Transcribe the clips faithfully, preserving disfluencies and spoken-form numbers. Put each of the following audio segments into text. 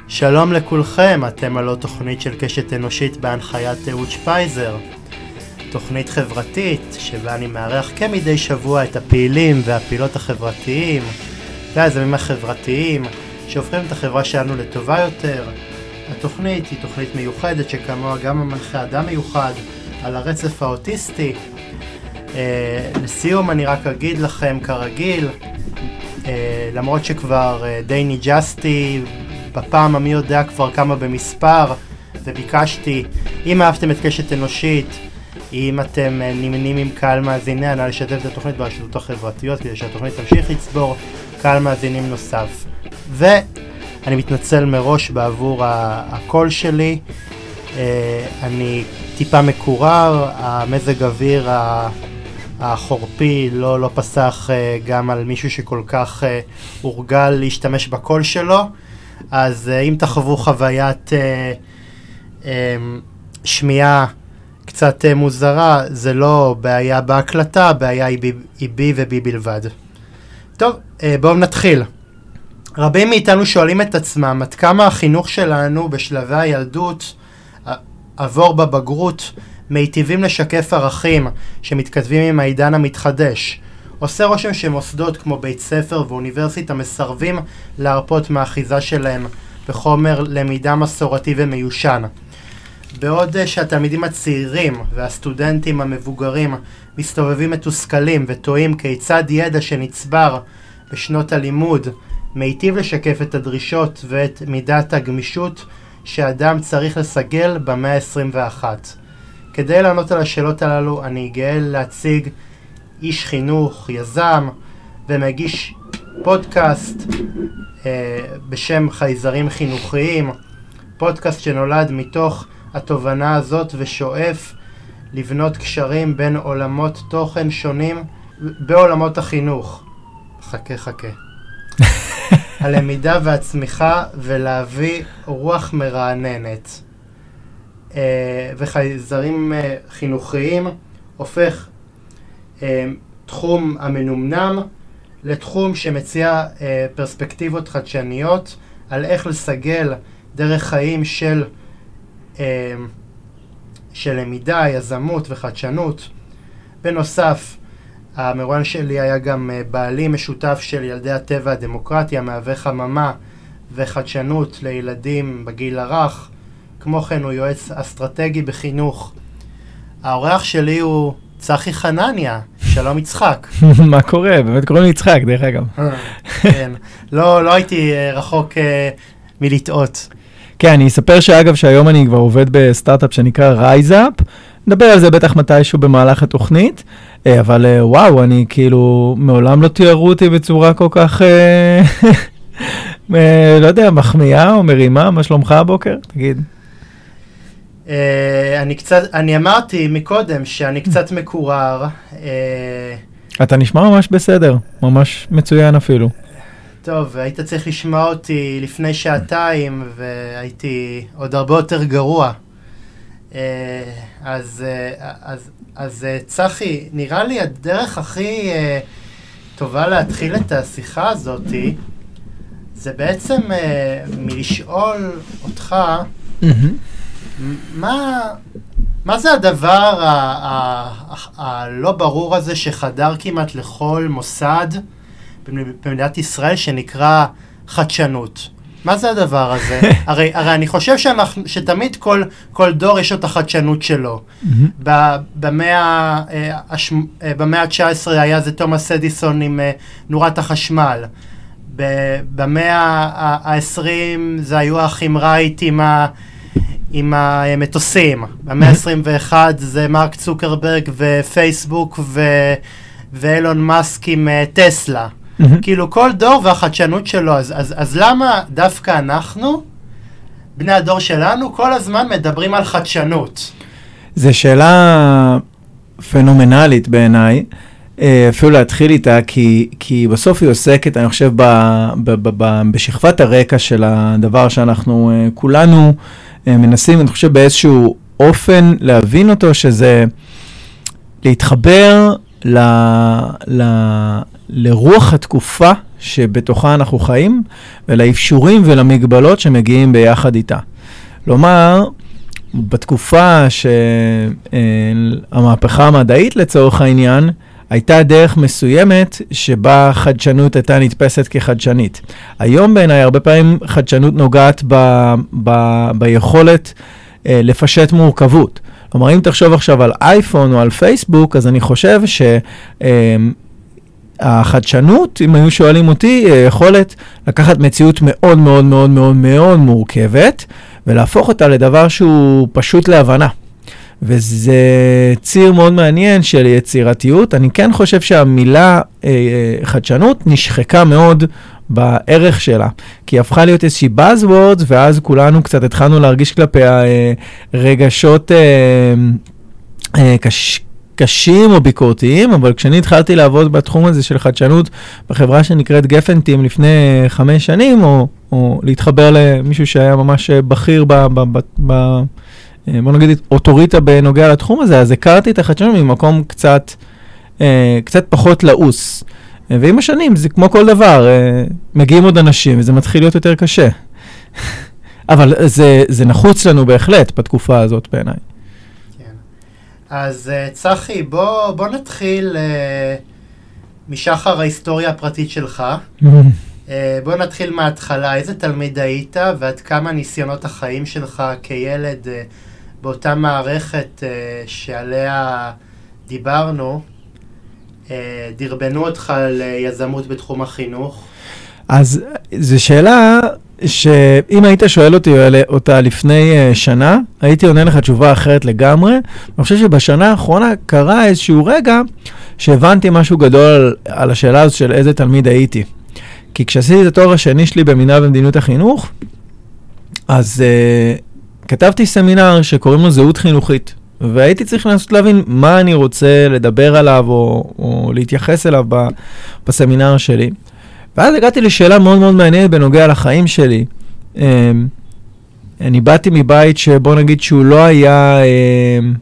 שלום לכולכם, אתם על תוכנית של קשת אנושית בהנחיית אהוד שפייזר. תוכנית חברתית שבה אני מארח כמדי שבוע את הפעילים והפעילות החברתיים והיזמים החברתיים שהופכים את החברה שלנו לטובה יותר. התוכנית היא תוכנית מיוחדת שכמוה גם המנחה אדם מיוחד על הרצף האוטיסטי. אה, לסיום אני רק אגיד לכם כרגיל, אה, למרות שכבר אה, די ניג'סתי בפעם המי יודע כבר כמה במספר, וביקשתי, אם אהבתם את קשת אנושית, אם אתם נמנים עם קהל מאזיניה, נא לשתף את התוכנית ברשתות החברתיות כדי שהתוכנית תמשיך לצבור קהל מאזינים נוסף. ואני מתנצל מראש בעבור הקול שלי, אני טיפה מקורר, המזג אוויר החורפי לא, לא פסח גם על מישהו שכל כך הורגל להשתמש בקול שלו, אז אם תחוו חוויית שמיעה קצת מוזרה, זה לא בעיה בהקלטה, בעיה היא בי, היא בי ובי בלבד. טוב, בואו נתחיל. רבים מאיתנו שואלים את עצמם עד כמה החינוך שלנו בשלבי הילדות עבור בבגרות מיטיבים לשקף ערכים שמתכתבים עם העידן המתחדש. עושה רושם שמוסדות כמו בית ספר ואוניברסיטה מסרבים להרפות מהאחיזה שלהם בחומר למידה מסורתי ומיושן. בעוד שהתלמידים הצעירים והסטודנטים המבוגרים מסתובבים מתוסכלים ותוהים כיצד ידע שנצבר בשנות הלימוד מיטיב לשקף את הדרישות ואת מידת הגמישות שאדם צריך לסגל במאה ה-עשרים ואחת. כדי לענות על השאלות הללו אני גאה להציג איש חינוך, יזם ומגיש פודקאסט אה, בשם חייזרים חינוכיים, פודקאסט שנולד מתוך התובנה הזאת ושואף לבנות קשרים בין עולמות תוכן שונים בעולמות החינוך. חכה חכה. הלמידה והצמיחה ולהביא רוח מרעננת. אה, וחייזרים אה, חינוכיים הופך אה, תחום המנומנם לתחום שמציע אה, פרספקטיבות חדשניות על איך לסגל דרך חיים של אה, של למידה, יזמות וחדשנות. בנוסף, המרואיין שלי היה גם אה, בעלי משותף של ילדי הטבע הדמוקרטיה, מהווה חממה וחדשנות לילדים בגיל הרך. כמו כן הוא יועץ אסטרטגי בחינוך. האורח שלי הוא צחי חנניה. שלום יצחק. מה קורה? באמת קוראים לי יצחק, דרך אגב. כן, לא, לא הייתי רחוק מלטעות. כן, אני אספר שאגב שהיום אני כבר עובד בסטארט-אפ שנקרא RiseUp. נדבר על זה בטח מתישהו במהלך התוכנית, אבל וואו, אני כאילו מעולם לא תיארו אותי בצורה כל כך, לא יודע, מחמיאה או מרימה, מה שלומך הבוקר? תגיד. אני קצת, אני אמרתי מקודם שאני קצת מקורר. אתה נשמע ממש בסדר, ממש מצוין אפילו. טוב, היית צריך לשמוע אותי לפני שעתיים והייתי עוד הרבה יותר גרוע. אז, אז, אז צחי, נראה לי הדרך הכי טובה להתחיל את השיחה הזאת זה בעצם מלשאול אותך מה, מה זה הדבר הלא ברור הזה שחדר כמעט לכל מוסד במדינת ישראל שנקרא חדשנות? מה זה הדבר הזה? הרי, הרי אני חושב שאנחנו, שתמיד כל, כל דור יש את החדשנות שלו. במאה, במאה ה-תשע עשרה היה זה תומאס אדיסון עם נורת החשמל. במאה ה-עשרים זה היו האחים רייט עם ה... עם המטוסים. במאה ה-עשרים ואחת זה מרק צוקרברג ופייסבוק ו... ואילון מאסק עם טסלה. כאילו כל דור והחדשנות שלו. אז, אז, אז למה דווקא אנחנו, בני הדור שלנו, כל הזמן מדברים על חדשנות? זו שאלה פנומנלית בעיניי. אפילו להתחיל איתה, כי, כי בסוף היא עוסקת, אני חושב, ב, ב, ב, ב, בשכבת הרקע של הדבר שאנחנו כולנו מנסים, אני חושב, באיזשהו אופן להבין אותו, שזה להתחבר ל, ל, לרוח התקופה שבתוכה אנחנו חיים, ולאפשורים ולמגבלות שמגיעים ביחד איתה. כלומר, בתקופה שהמהפכה המדעית לצורך העניין, הייתה דרך מסוימת שבה חדשנות הייתה נתפסת כחדשנית. היום בעיניי הרבה פעמים חדשנות נוגעת ב, ב, ביכולת אה, לפשט מורכבות. כלומר, אם תחשוב עכשיו על אייפון או על פייסבוק, אז אני חושב שהחדשנות, אם היו שואלים אותי, יכולת לקחת מציאות מאוד מאוד מאוד מאוד מאוד מורכבת, ולהפוך אותה לדבר שהוא פשוט להבנה. וזה ציר מאוד מעניין של יצירתיות. אני כן חושב שהמילה אה, חדשנות נשחקה מאוד בערך שלה, כי היא הפכה להיות איזושהי buzzword, ואז כולנו קצת התחלנו להרגיש כלפי הרגשות אה, אה, קש, קשים או ביקורתיים, אבל כשאני התחלתי לעבוד בתחום הזה של חדשנות בחברה שנקראת גפנטים לפני חמש שנים, או, או להתחבר למישהו שהיה ממש בכיר ב... ב, ב, ב בוא נגיד, אוטוריטה בנוגע לתחום הזה, אז הכרתי את החדשנות ממקום קצת, אה, קצת פחות לעוס. ועם השנים, זה כמו כל דבר, אה, מגיעים עוד אנשים, וזה מתחיל להיות יותר קשה. אבל זה, זה נחוץ לנו בהחלט, בתקופה הזאת בעיניי. כן. אז uh, צחי, בוא, בוא נתחיל uh, משחר ההיסטוריה הפרטית שלך. uh, בוא נתחיל מההתחלה. איזה תלמיד היית, ועד כמה ניסיונות החיים שלך כילד uh, באותה מערכת uh, שעליה דיברנו, uh, דרבנו אותך ליזמות בתחום החינוך? אז זו שאלה שאם היית שואל אותי אותה לפני uh, שנה, הייתי עונה לך תשובה אחרת לגמרי. אני חושב שבשנה האחרונה קרה איזשהו רגע שהבנתי משהו גדול על, על השאלה הזו של איזה תלמיד הייתי. כי כשעשיתי את התואר השני שלי במינהל ומדיניות החינוך, אז uh, כתבתי סמינר שקוראים לו זהות חינוכית, והייתי צריך לנסות להבין מה אני רוצה לדבר עליו או, או להתייחס אליו ב, בסמינר שלי. ואז הגעתי לשאלה מאוד מאוד מעניינת בנוגע לחיים שלי. Um, אני באתי מבית שבוא נגיד שהוא לא היה... Um,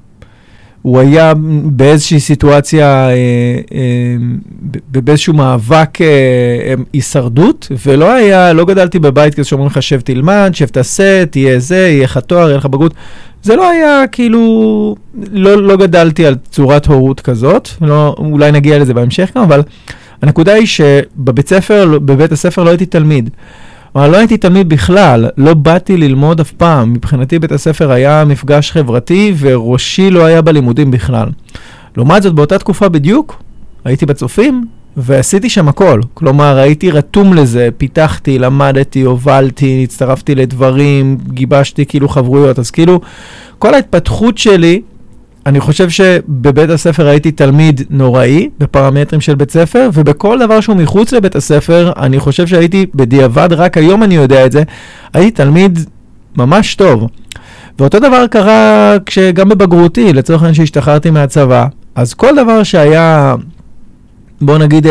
הוא היה באיזושהי סיטואציה, אה, אה, באיזשהו מאבק אה, אה, הישרדות, ולא היה, לא גדלתי בבית כזה שאומרים לך, שב תלמד, שב תעשה, תהיה זה, יהיה לך תואר, יהיה לך בגרות. זה לא היה כאילו, לא, לא גדלתי על צורת הורות כזאת, לא, אולי נגיע לזה בהמשך גם, אבל הנקודה היא שבבית ספר, בבית הספר לא הייתי תלמיד. אבל לא הייתי תלמיד בכלל, לא באתי ללמוד אף פעם. מבחינתי בית הספר היה מפגש חברתי, וראשי לא היה בלימודים בכלל. לעומת זאת, באותה תקופה בדיוק, הייתי בצופים, ועשיתי שם הכל. כלומר, הייתי רתום לזה, פיתחתי, למדתי, הובלתי, הצטרפתי לדברים, גיבשתי כאילו חברויות. אז כאילו, כל ההתפתחות שלי, אני חושב שבבית הספר הייתי תלמיד נוראי, בפרמטרים של בית ספר, ובכל דבר שהוא מחוץ לבית הספר, אני חושב שהייתי בדיעבד, רק היום אני יודע את זה, הייתי תלמיד ממש טוב. ואותו דבר קרה כשגם בבגרותי, לצורך העניין שהשתחררתי מהצבא, אז כל דבר שהיה, בוא נגיד,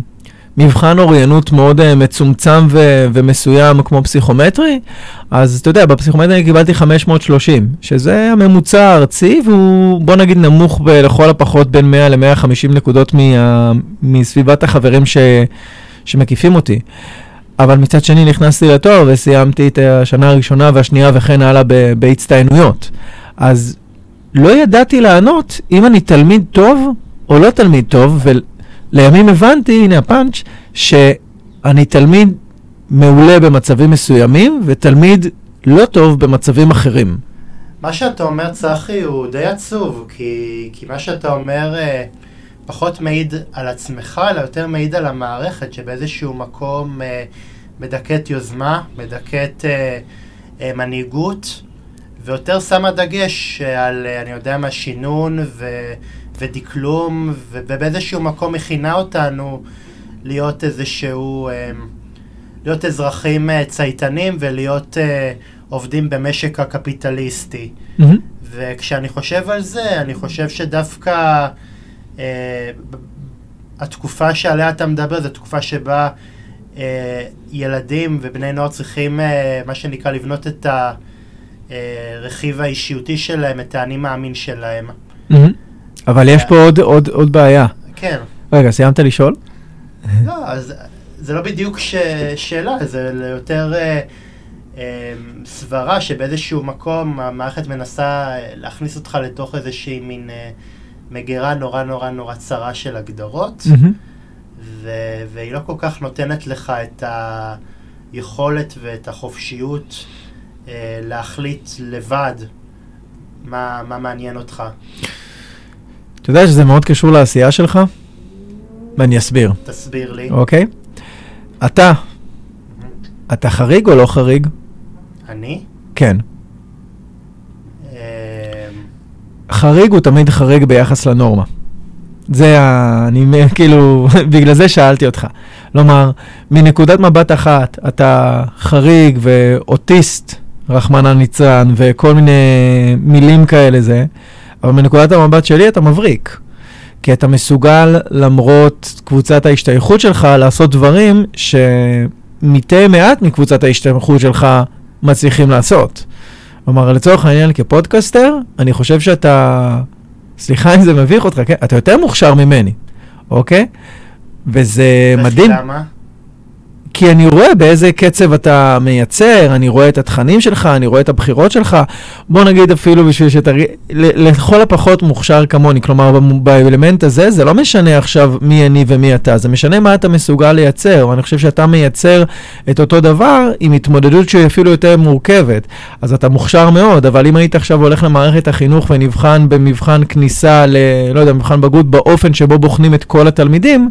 מבחן אוריינות מאוד uh, מצומצם ו- ומסוים כמו פסיכומטרי, אז אתה יודע, בפסיכומטרי אני קיבלתי חמש מאות ושלושים, שזה הממוצע הארצי, והוא בוא נגיד נמוך ב- לכל הפחות בין מאה ל-מאה וחמישים נקודות מה- מסביבת החברים ש- שמקיפים אותי. אבל מצד שני נכנסתי לתואר וסיימתי את השנה הראשונה והשנייה וכן הלאה ב- בהצטיינויות. אז לא ידעתי לענות אם אני תלמיד טוב או לא תלמיד טוב, ו... לימים הבנתי, הנה הפאנץ', שאני תלמיד מעולה במצבים מסוימים, ותלמיד לא טוב במצבים אחרים. מה שאתה אומר, צחי, הוא די עצוב, כי, כי מה שאתה אומר אה, פחות מעיד על עצמך, אלא יותר מעיד על המערכת, שבאיזשהו מקום אה, מדכאת יוזמה, מדכאת אה, אה, מנהיגות, ויותר שמה דגש על, אה, אני יודע מה, שינון ו... ודקלום, ובאיזשהו מקום מכינה אותנו להיות איזשהו, להיות אזרחים צייתנים ולהיות עובדים במשק הקפיטליסטי. Mm-hmm. וכשאני חושב על זה, אני חושב שדווקא אה, התקופה שעליה אתה מדבר, זו תקופה שבה אה, ילדים ובני נוער צריכים, אה, מה שנקרא, לבנות את הרכיב האישיותי שלהם, את האני מאמין שלהם. Mm-hmm. אבל יש פה עוד, עוד, עוד בעיה. כן. רגע, סיימת לשאול? לא, אז זה לא בדיוק ש... שאלה, זה יותר אה, אה, סברה שבאיזשהו מקום המערכת מנסה להכניס אותך לתוך איזושהי מין אה, מגירה נורא נורא נורא צרה של הגדרות, Mm-hmm. ו... והיא לא כל כך נותנת לך את היכולת ואת החופשיות אה, להחליט לבד מה, מה מעניין אותך. אתה יודע שזה מאוד קשור לעשייה שלך? ואני אסביר. תסביר לי. אוקיי? אתה, אתה חריג או לא חריג? אני? כן. אה, חריג הוא תמיד חריג ביחס לנורמה. זה ה... אני כאילו, בגלל זה שאלתי אותך. כלומר, מנקודת מבט אחת, אתה חריג ואוטיסט, רחמנא ליצלן, וכל מיני מילים כאלה זה, אבל מנקודת המבט שלי אתה מבריק. כי אתה מסוגל, למרות קבוצת ההשתייכות שלך, לעשות דברים שמתי מעט מקבוצת ההשתייכות שלך מצליחים לעשות. כלומר, לצורך העניין כפודקאסטר, אני חושב שאתה, סליחה אם זה מביך אותך, כן? אתה יותר מוכשר ממני, אוקיי? וזה מדהים. למה? כי אני רואה באיזה קצב אתה מייצר, אני רואה את התכנים שלך, אני רואה את הבחירות שלך. בוא נגיד אפילו בשביל שתרגיע, לכל הפחות מוכשר כמוני. כלומר, באלמנט הזה, זה לא משנה עכשיו מי אני ומי אתה. זה משנה מה אתה מסוגל לייצר. ואני חושב שאתה מייצר את אותו דבר עם התמודדות שהיא אפילו יותר מורכבת. אז אתה מוכשר מאוד, אבל אם היית עכשיו הולך למערכת החינוך ונבחן במבחן כניסה ל... לא יודע, מבחן בגרות באופן שבו בוחנים את כל התלמידים,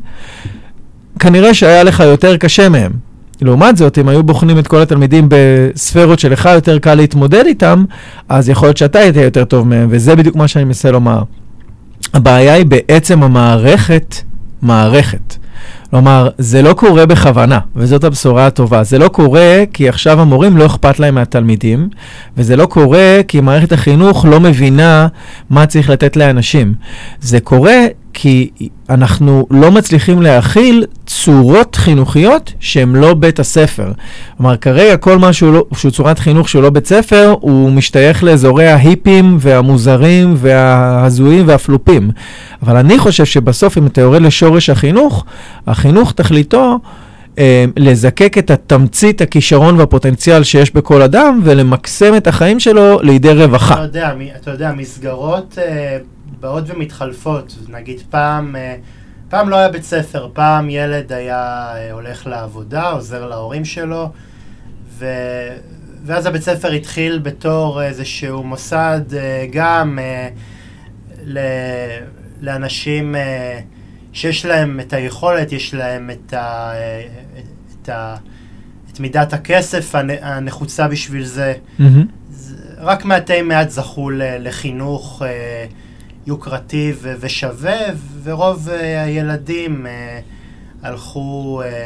כנראה שהיה לך יותר קשה מהם. לעומת זאת, אם היו בוחנים את כל התלמידים בספרות שלך יותר קל להתמודד איתם, אז יכול להיות שאתה היית יותר טוב מהם, וזה בדיוק מה שאני מנסה לומר. הבעיה היא בעצם המערכת, מערכת. כלומר, זה לא קורה בכוונה, וזאת הבשורה הטובה. זה לא קורה כי עכשיו המורים לא אכפת להם מהתלמידים, וזה לא קורה כי מערכת החינוך לא מבינה מה צריך לתת לאנשים. זה קורה כי אנחנו לא מצליחים להכיל צורות חינוכיות שהן לא בית הספר. כלומר, כרגע כל משהו לא, שהוא צורת חינוך שהוא לא בית ספר, הוא משתייך לאזורי ההיפים והמוזרים וההזויים והפלופים. אבל אני חושב שבסוף אם אתה יורד לשורש החינוך, החינוך תכליתו אה, לזקק את התמצית, הכישרון והפוטנציאל שיש בכל אדם, ולמקסם את החיים שלו לידי רווחה. אתה יודע, אתה יודע, מסגרות אה, באות ומתחלפות. נגיד פעם, אה, פעם לא היה בית ספר, פעם ילד היה אה, הולך לעבודה, עוזר להורים שלו, ו... ואז הבית ספר התחיל בתור איזשהו מוסד אה, גם אה, ל... לאנשים אה, שיש להם את היכולת, יש להם את, ה, את, ה, את מידת הכסף הנחוצה בשביל זה. Mm-hmm. רק מעטי מעט זכו לחינוך אה, יוקרתי ו- ושווה, ורוב אה, הילדים אה, הלכו, אה,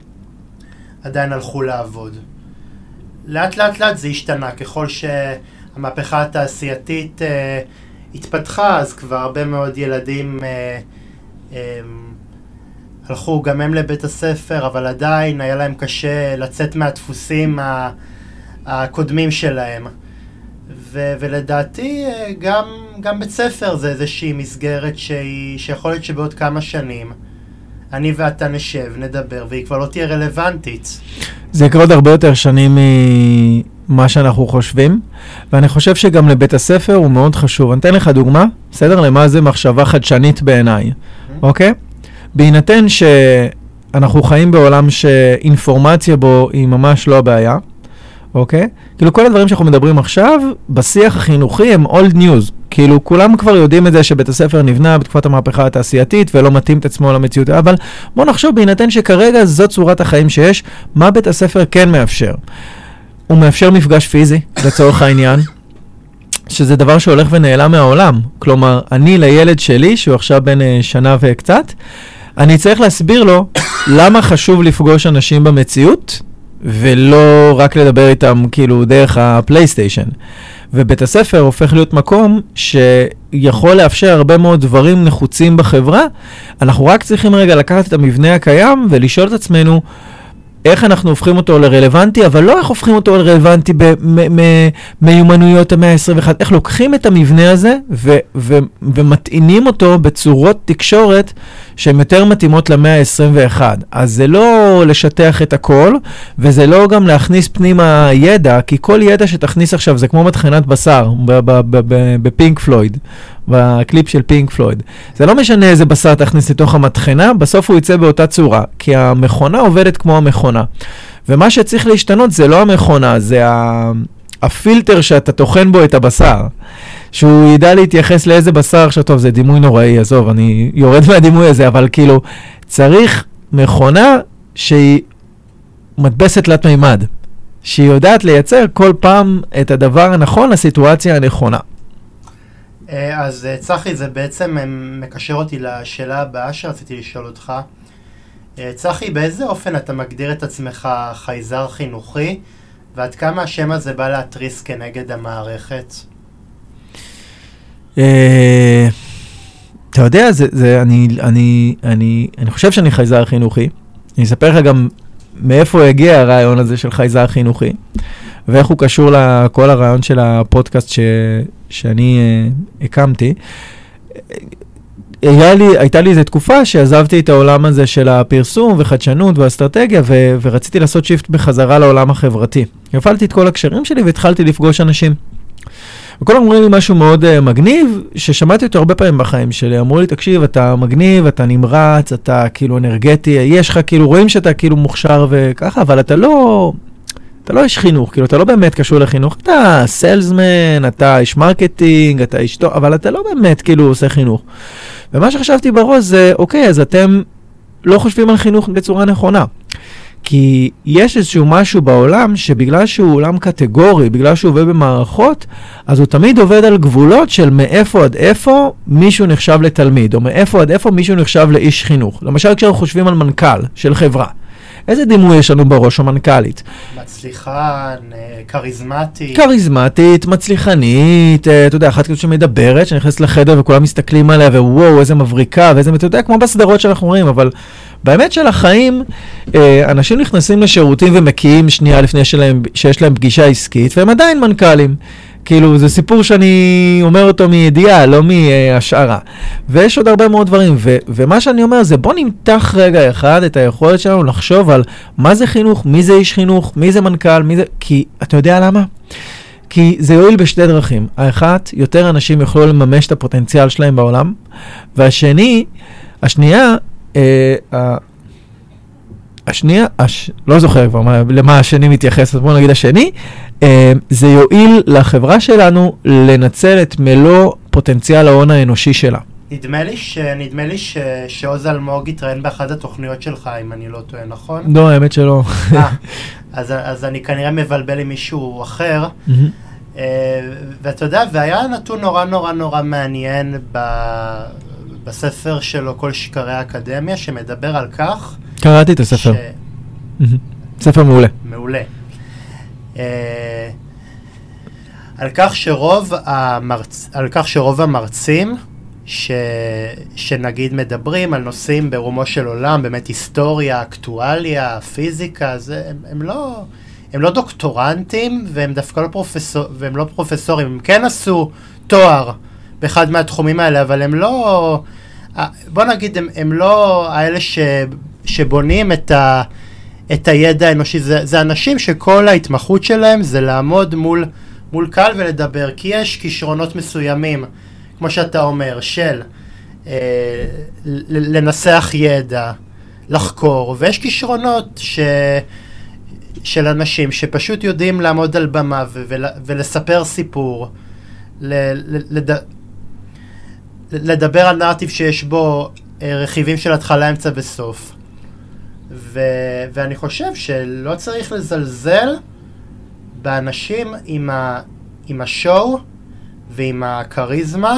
עדיין הלכו לעבוד. לאט לאט לאט זה השתנה, ככל שהמהפכה התעשייתית אה, התפתחה, אז כבר הרבה מאוד ילדים אה, אה, הלכו גם הם לבית הספר, אבל עדיין היה להם קשה לצאת מהדפוסים הקודמים שלהם. ו- ולדעתי גם, גם בית ספר זה איזושהי מסגרת שהיא, שיכול להיות שבעוד כמה שנים אני ואתה נשב, נדבר, והיא כבר לא תהיה רלוונטית. זה יקרה עוד הרבה יותר שנים ממה שאנחנו חושבים, ואני חושב שגם לבית הספר הוא מאוד חשוב. אני אתן לך דוגמה, בסדר? למה זה מחשבה חדשנית בעיניי, אוקיי? בהינתן שאנחנו חיים בעולם שאינפורמציה בו היא ממש לא הבעיה, אוקיי? כאילו כל הדברים שאנחנו מדברים עכשיו, בשיח החינוכי הם old news. כאילו כולם כבר יודעים את זה שבית הספר נבנה בתקופת המהפכה התעשייתית ולא מתאים את עצמו למציאות. אבל בוא נחשוב בהינתן שכרגע זאת צורת החיים שיש, מה בית הספר כן מאפשר? הוא מאפשר מפגש פיזי, לצורך העניין, שזה דבר שהולך ונעלם מהעולם. כלומר, אני לילד שלי, שהוא עכשיו בין שנה וקצת, אני צריך להסביר לו למה חשוב לפגוש אנשים במציאות, ולא רק לדבר איתם כאילו דרך הפלייסטיישן. ובית הספר הופך להיות מקום שיכול לאפשר הרבה מאוד דברים נחוצים בחברה. אנחנו רק צריכים רגע לקחת את המבנה הקיים ולשאול את עצמנו, איך אנחנו הופכים אותו לרלוונטי, אבל לא איך הופכים אותו לרלוונטי במיומנויות המאה ה-עשרים ואחת, איך לוקחים את המבנה הזה ו- ו- ומתאינים אותו בצורות תקשורת שהן יותר מתאימות למאה ה-עשרים ואחת. אז זה לא לשטח את הכל, וזה לא גם להכניס פנימה ידע, כי כל ידע שתכניס עכשיו זה כמו מתחנת בשר בפינק פלויד, בקליפ של פינק פלויד. זה לא משנה איזה בשר תכניס לתוך המתחנה, בסוף הוא יצא באותה צורה, כי המכונה עובדת כמו המכונה. ומה שצריך להשתנות זה לא המכונה, זה ה... הפילטר שאתה תוכן בו את הבשר. שהוא ידע להתייחס לאיזה בשר, עכשיו טוב, זה דימוי נוראי, עזוב, אני יורד מהדימוי הזה, אבל כאילו, צריך מכונה שהיא מדבסת תלת מימד, שהיא יודעת לייצר כל פעם את הדבר הנכון לסיטואציה הנכונה. אז צחי, זה בעצם מקשר אותי לשאלה הבאה שרציתי לשאול אותך. צחי, באיזה אופן אתה מגדיר את עצמך חייזר חינוכי, ועד כמה השם הזה בא להתריס כנגד המערכת? אתה יודע, אני חושב שאני חייזר חינוכי. אני אספר לך גם מאיפה הגיע הרעיון הזה של חייזר חינוכי, ואיך הוא קשור לכל הרעיון של הפודקאסט ש, שאני uh, הקמתי. היה לי, הייתה לי איזו תקופה שעזבתי את העולם הזה של הפרסום וחדשנות ואסטרטגיה, ו, ורציתי לעשות שיפט בחזרה לעולם החברתי. הפעלתי את כל הקשרים שלי והתחלתי לפגוש אנשים. וכל אומרים לי משהו מאוד uh, מגניב, ששמעתי אותו הרבה פעמים בחיים שלי. אמרו לי, תקשיב, אתה מגניב, אתה נמרץ, אתה כאילו אנרגטי, יש לך כאילו, רואים שאתה כאילו מוכשר וככה, אבל אתה לא, אתה לא איש חינוך, כאילו אתה לא באמת קשור לחינוך, אתה סלזמן, אתה איש מרקטינג, אתה איש טוב, אבל אתה לא באמת כאילו עושה חינוך. ומה שחשבתי בראש זה, אוקיי, אז אתם לא חושבים על חינוך בצורה נכונה. כי יש איזשהו משהו בעולם שבגלל שהוא עולם קטגורי, בגלל שהוא עובד במערכות, אז הוא תמיד עובד על גבולות של מאיפה עד איפה מישהו נחשב לתלמיד, או מאיפה עד איפה מישהו נחשב לאיש חינוך. למשל, כשאנחנו חושבים על מנכ"ל של חברה, איזה דימוי יש לנו בראש המנכ"לית? מצליחן, קריזמטית. קריזמטית, מצליחנית, אתה יודע, אחת כזאת שמדברת, שנכנסת לחדר וכולם מסתכלים עליה, ווואו, איזה מבריקה, ואיזה, אתה יודע, כמו בסדרות שאנחנו רואים, אבל באמת של החיים, אנשים נכנסים לשירותים ומקיעים שנייה לפני שלהם, שיש להם פגישה עסקית, והם עדיין מנכ"לים. כאילו, זה סיפור שאני אומר אותו מידיעה, לא מהשערה. ויש עוד הרבה מאוד דברים, ו- ומה שאני אומר זה, בוא נמתח רגע אחד את היכולת שלנו לחשוב על מה זה חינוך, מי זה איש חינוך, מי זה מנכ"ל, מי זה... כי, אתה יודע למה? כי זה יועיל בשתי דרכים. האחת, יותר אנשים יוכלו לממש את הפוטנציאל שלהם בעולם, והשני, השנייה, אה, אה, השנייה, הש... לא זוכר כבר מה, למה השני מתייחס, אז בואו נגיד השני, אה, זה יועיל לחברה שלנו לנצל את מלוא פוטנציאל ההון האנושי שלה. נדמה לי, ש... נדמה לי ש... שעוז אלמוג התראיין באחת התוכניות שלך, אם אני לא טועה, נכון? לא, האמת שלא. אה, אז, אז אני כנראה מבלבל עם מישהו אחר, mm-hmm. אה, ואתה יודע, והיה נתון נורא נורא נורא מעניין ב... בספר שלו, כל שקרי האקדמיה, שמדבר על כך... קראתי את הספר. ש... ספר מעולה. מעולה. Uh, על כך שרוב המרצ... על כך שרוב המרצים, ש... שנגיד מדברים על נושאים ברומו של עולם, באמת היסטוריה, אקטואליה, פיזיקה, זה, הם, הם לא... הם לא דוקטורנטים, והם דווקא לא פרופסור... והם לא פרופסורים, הם כן עשו תואר באחד מהתחומים האלה, אבל הם לא... בוא נגיד, הם, הם לא האלה ש... שבונים את, ה, את הידע האנושי, זה, זה אנשים שכל ההתמחות שלהם זה לעמוד מול, מול קהל ולדבר, כי יש כישרונות מסוימים, כמו שאתה אומר, של אה, לנסח ידע, לחקור, ויש כישרונות ש, של אנשים שפשוט יודעים לעמוד על במה ו, ול, ולספר סיפור, ל, ל, לד, לדבר על נרטיב שיש בו אה, רכיבים של התחלה, אמצע וסוף. ו- ואני חושב שלא צריך לזלזל באנשים עם, ה- עם השואו ועם הקריזמה,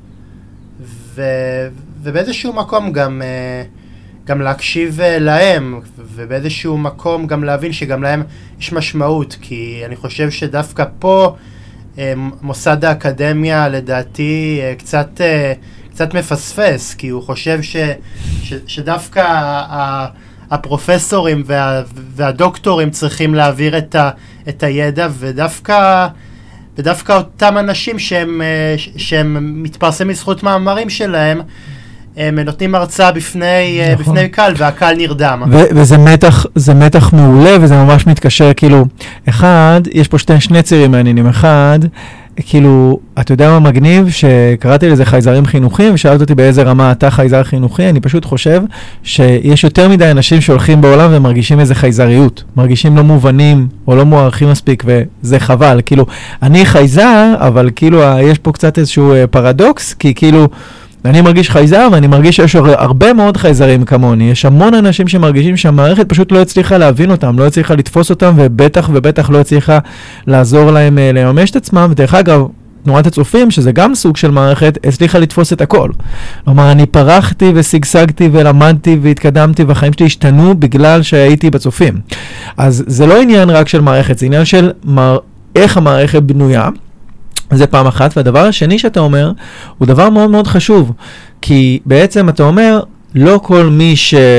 ו- ובאיזשהו מקום גם, גם להקשיב להם, ובאיזשהו מקום גם להבין שגם להם יש משמעות, כי אני חושב שדווקא פה מוסד האקדמיה לדעתי קצת, קצת מפספס, כי הוא חושב ש- ש- שדווקא ה- הפרופסורים וה, והדוקטורים צריכים להעביר את, ה, את הידע, ודווקא, ודווקא אותם אנשים שהם, שהם מתפרסמים בזכות מאמרים שלהם, הם נותנים הרצאה בפני, נכון. בפני קהל, והקהל נרדם. ו- וזה מתח, זה מתח מעולה, וזה ממש מתקשר, כאילו, אחד, יש פה שתי, שני צירים מעניינים. אחד, כאילו, אתה יודע מה מגניב? שקראתי לזה חייזרים חינוכיים, ושאלת אותי באיזה רמה אתה חייזר חינוכי, אני פשוט חושב שיש יותר מדי אנשים שהולכים בעולם ומרגישים איזה חייזריות, מרגישים לא מובנים או לא מוערכים מספיק, וזה חבל. כאילו, אני חייזר, אבל כאילו, יש פה קצת איזשהו פרדוקס, כי כאילו, אני מרגיש חייזר, ואני מרגיש שיש הרבה מאוד חייזרים כמוני. יש המון אנשים שמרגישים שהמערכת פשוט לא הצליחה להבין אותם, לא הצליחה לתפוס אותם, ובטח ובטח לא הצליחה לעזור להם uh, לממש את עצמם. ודרך אגב, תנועת הצופים, שזה גם סוג של מערכת, הצליחה לתפוס את הכל. כלומר, אני פרחתי ושגשגתי ולמדתי והתקדמתי, והחיים שלי השתנו בגלל שהייתי בצופים. אז זה לא עניין רק של מערכת, זה עניין של מר... איך המערכת בנויה. זה פעם אחת, והדבר השני שאתה אומר, הוא דבר מאוד מאוד חשוב, כי בעצם אתה אומר, לא כל מי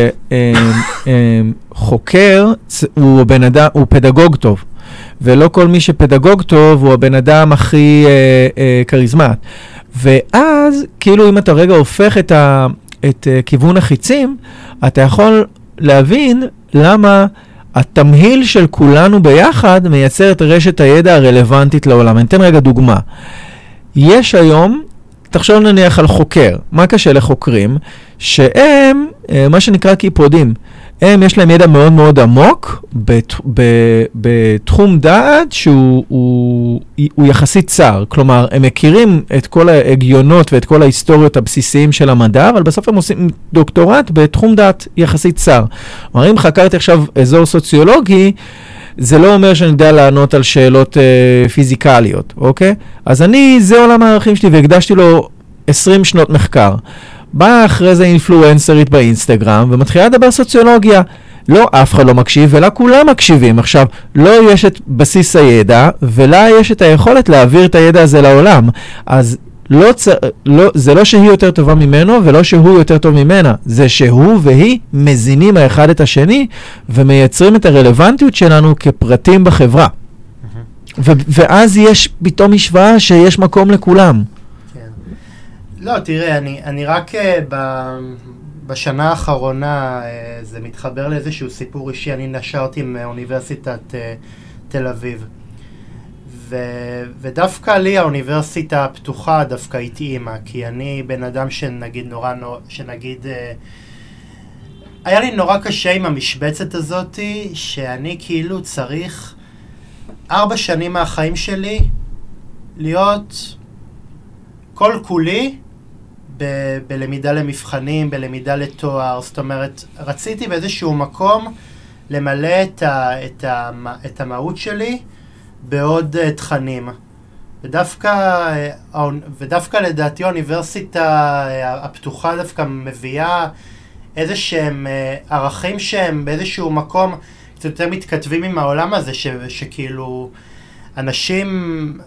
שחוקר הוא בן אדם, הוא פדגוג טוב, ולא כל מי שפדגוג טוב הוא הבן אדם הכי קריזמט. ואז, כאילו אם אתה רגע הופך את, ה, את כיוון החיצים, אתה יכול להבין למה התמהיל של כולנו ביחד מייצר את רשת הידע הרלוונטית לעולם. אני אתן רגע דוגמה. יש היום, תחשוב נניח על חוקר, מה קשה לחוקרים? שהם, מה שנקרא קיפודים, הם יש להם ידע מאוד מאוד עמוק בת, ב, בתחום דעת שהוא הוא, הוא יחסית צר. כלומר, הם מכירים את כל ההגיונות ואת כל ההיסטוריות הבסיסיים של המדע, אבל בסוף הם עושים דוקטורט בתחום דעת יחסית צר. כלומר, אם חקרתי עכשיו אזור סוציולוגי, זה לא אומר שאני יודע לענות על שאלות אה, פיזיקליות, אוקיי? אז אני, זה עולם הערכים שלי, והקדשתי לו עשרים שנות מחקר. באה אחרי זה אינפלואנסרית באינסטגרם, ומתחילה לדבר סוציולוגיה. לא, אף אחד לא מקשיב, ולה כולם מקשיבים. עכשיו, לא יש את בסיס הידע, ולה יש את היכולת להעביר את הידע הזה לעולם. אז לא צ... לא, זה לא שהיא יותר טובה ממנו, ולא שהוא יותר טוב ממנה. זה שהוא והיא מזינים האחד את השני, ומייצרים את הרלוונטיות שלנו כפרטים בחברה. ו- ואז יש פתאום משוואה שיש מקום לכולם. לא, תראה, אני, אני רק uh, ב, בשנה האחרונה, uh, זה מתחבר לאיזשהו סיפור אישי, אני נשרתי מאוניברסיטת uh, תל אביב. ו, ודווקא לי האוניברסיטה הפתוחה דווקא התאימה, כי אני בן אדם שנגיד נורא, שנגיד, uh, היה לי נורא קשה עם המשבצת הזאת, שאני כאילו צריך ארבע שנים מהחיים שלי להיות כל כולי, ב- בלמידה למבחנים, בלמידה לתואר. זאת אומרת, רציתי באיזשהו מקום למלא את, ה- את, ה- את המהות שלי בעוד uh, תכנים. ודווקא, uh, ודווקא לדעתי האוניברסיטה uh, הפתוחה דווקא מביאה איזה שהם uh, ערכים שהם באיזשהו מקום קצת יותר מתכתבים עם העולם הזה, ש- שכאילו אנשים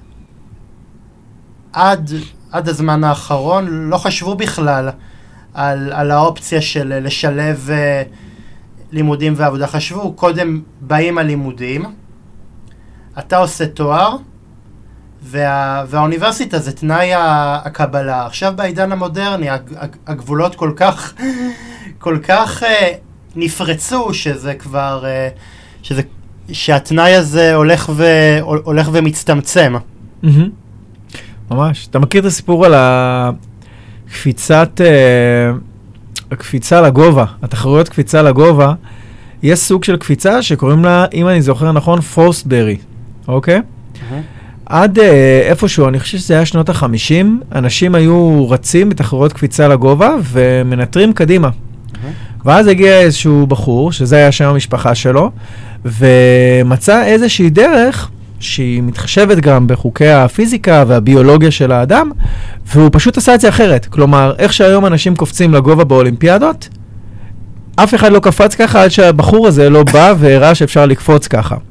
עד... עד הזמן האחרון לא חשבו בכלל על, על האופציה של לשלב uh, לימודים ועבודה. חשבו, קודם באים הלימודים, אתה עושה תואר, וה, והאוניברסיטה זה תנאי הקבלה. עכשיו בעידן המודרני, הגבולות כל כך, כל כך uh, נפרצו, שזה כבר, uh, שזה, שהתנאי הזה הולך, ו, הולך ומצטמצם. Mm-hmm. ממש. אתה מכיר את הסיפור על הקפיצת, הקפיצה לגובה, התחרויות קפיצה לגובה, יש סוג של קפיצה שקוראים לה, אם אני זוכר נכון, פורסטברי, אוקיי? Mm-hmm. עד uh, איפשהו, אני חושב שזה היה שנות החמישים, אנשים היו רצים בתחרויות קפיצה לגובה ומנטרים קדימה. Mm-hmm. ואז הגיע איזשהו בחור, שזה היה שם המשפחה שלו, ומצא איזושהי דרך, שהיא מתחשבת גם בחוקי הפיזיקה והביולוגיה של האדם, והוא פשוט עשה את זה אחרת. כלומר, איך שהיום אנשים קופצים לגובה באולימפיאדות, אף אחד לא קפץ ככה עד שהבחור הזה לא בא והראה שאפשר לקפוץ ככה.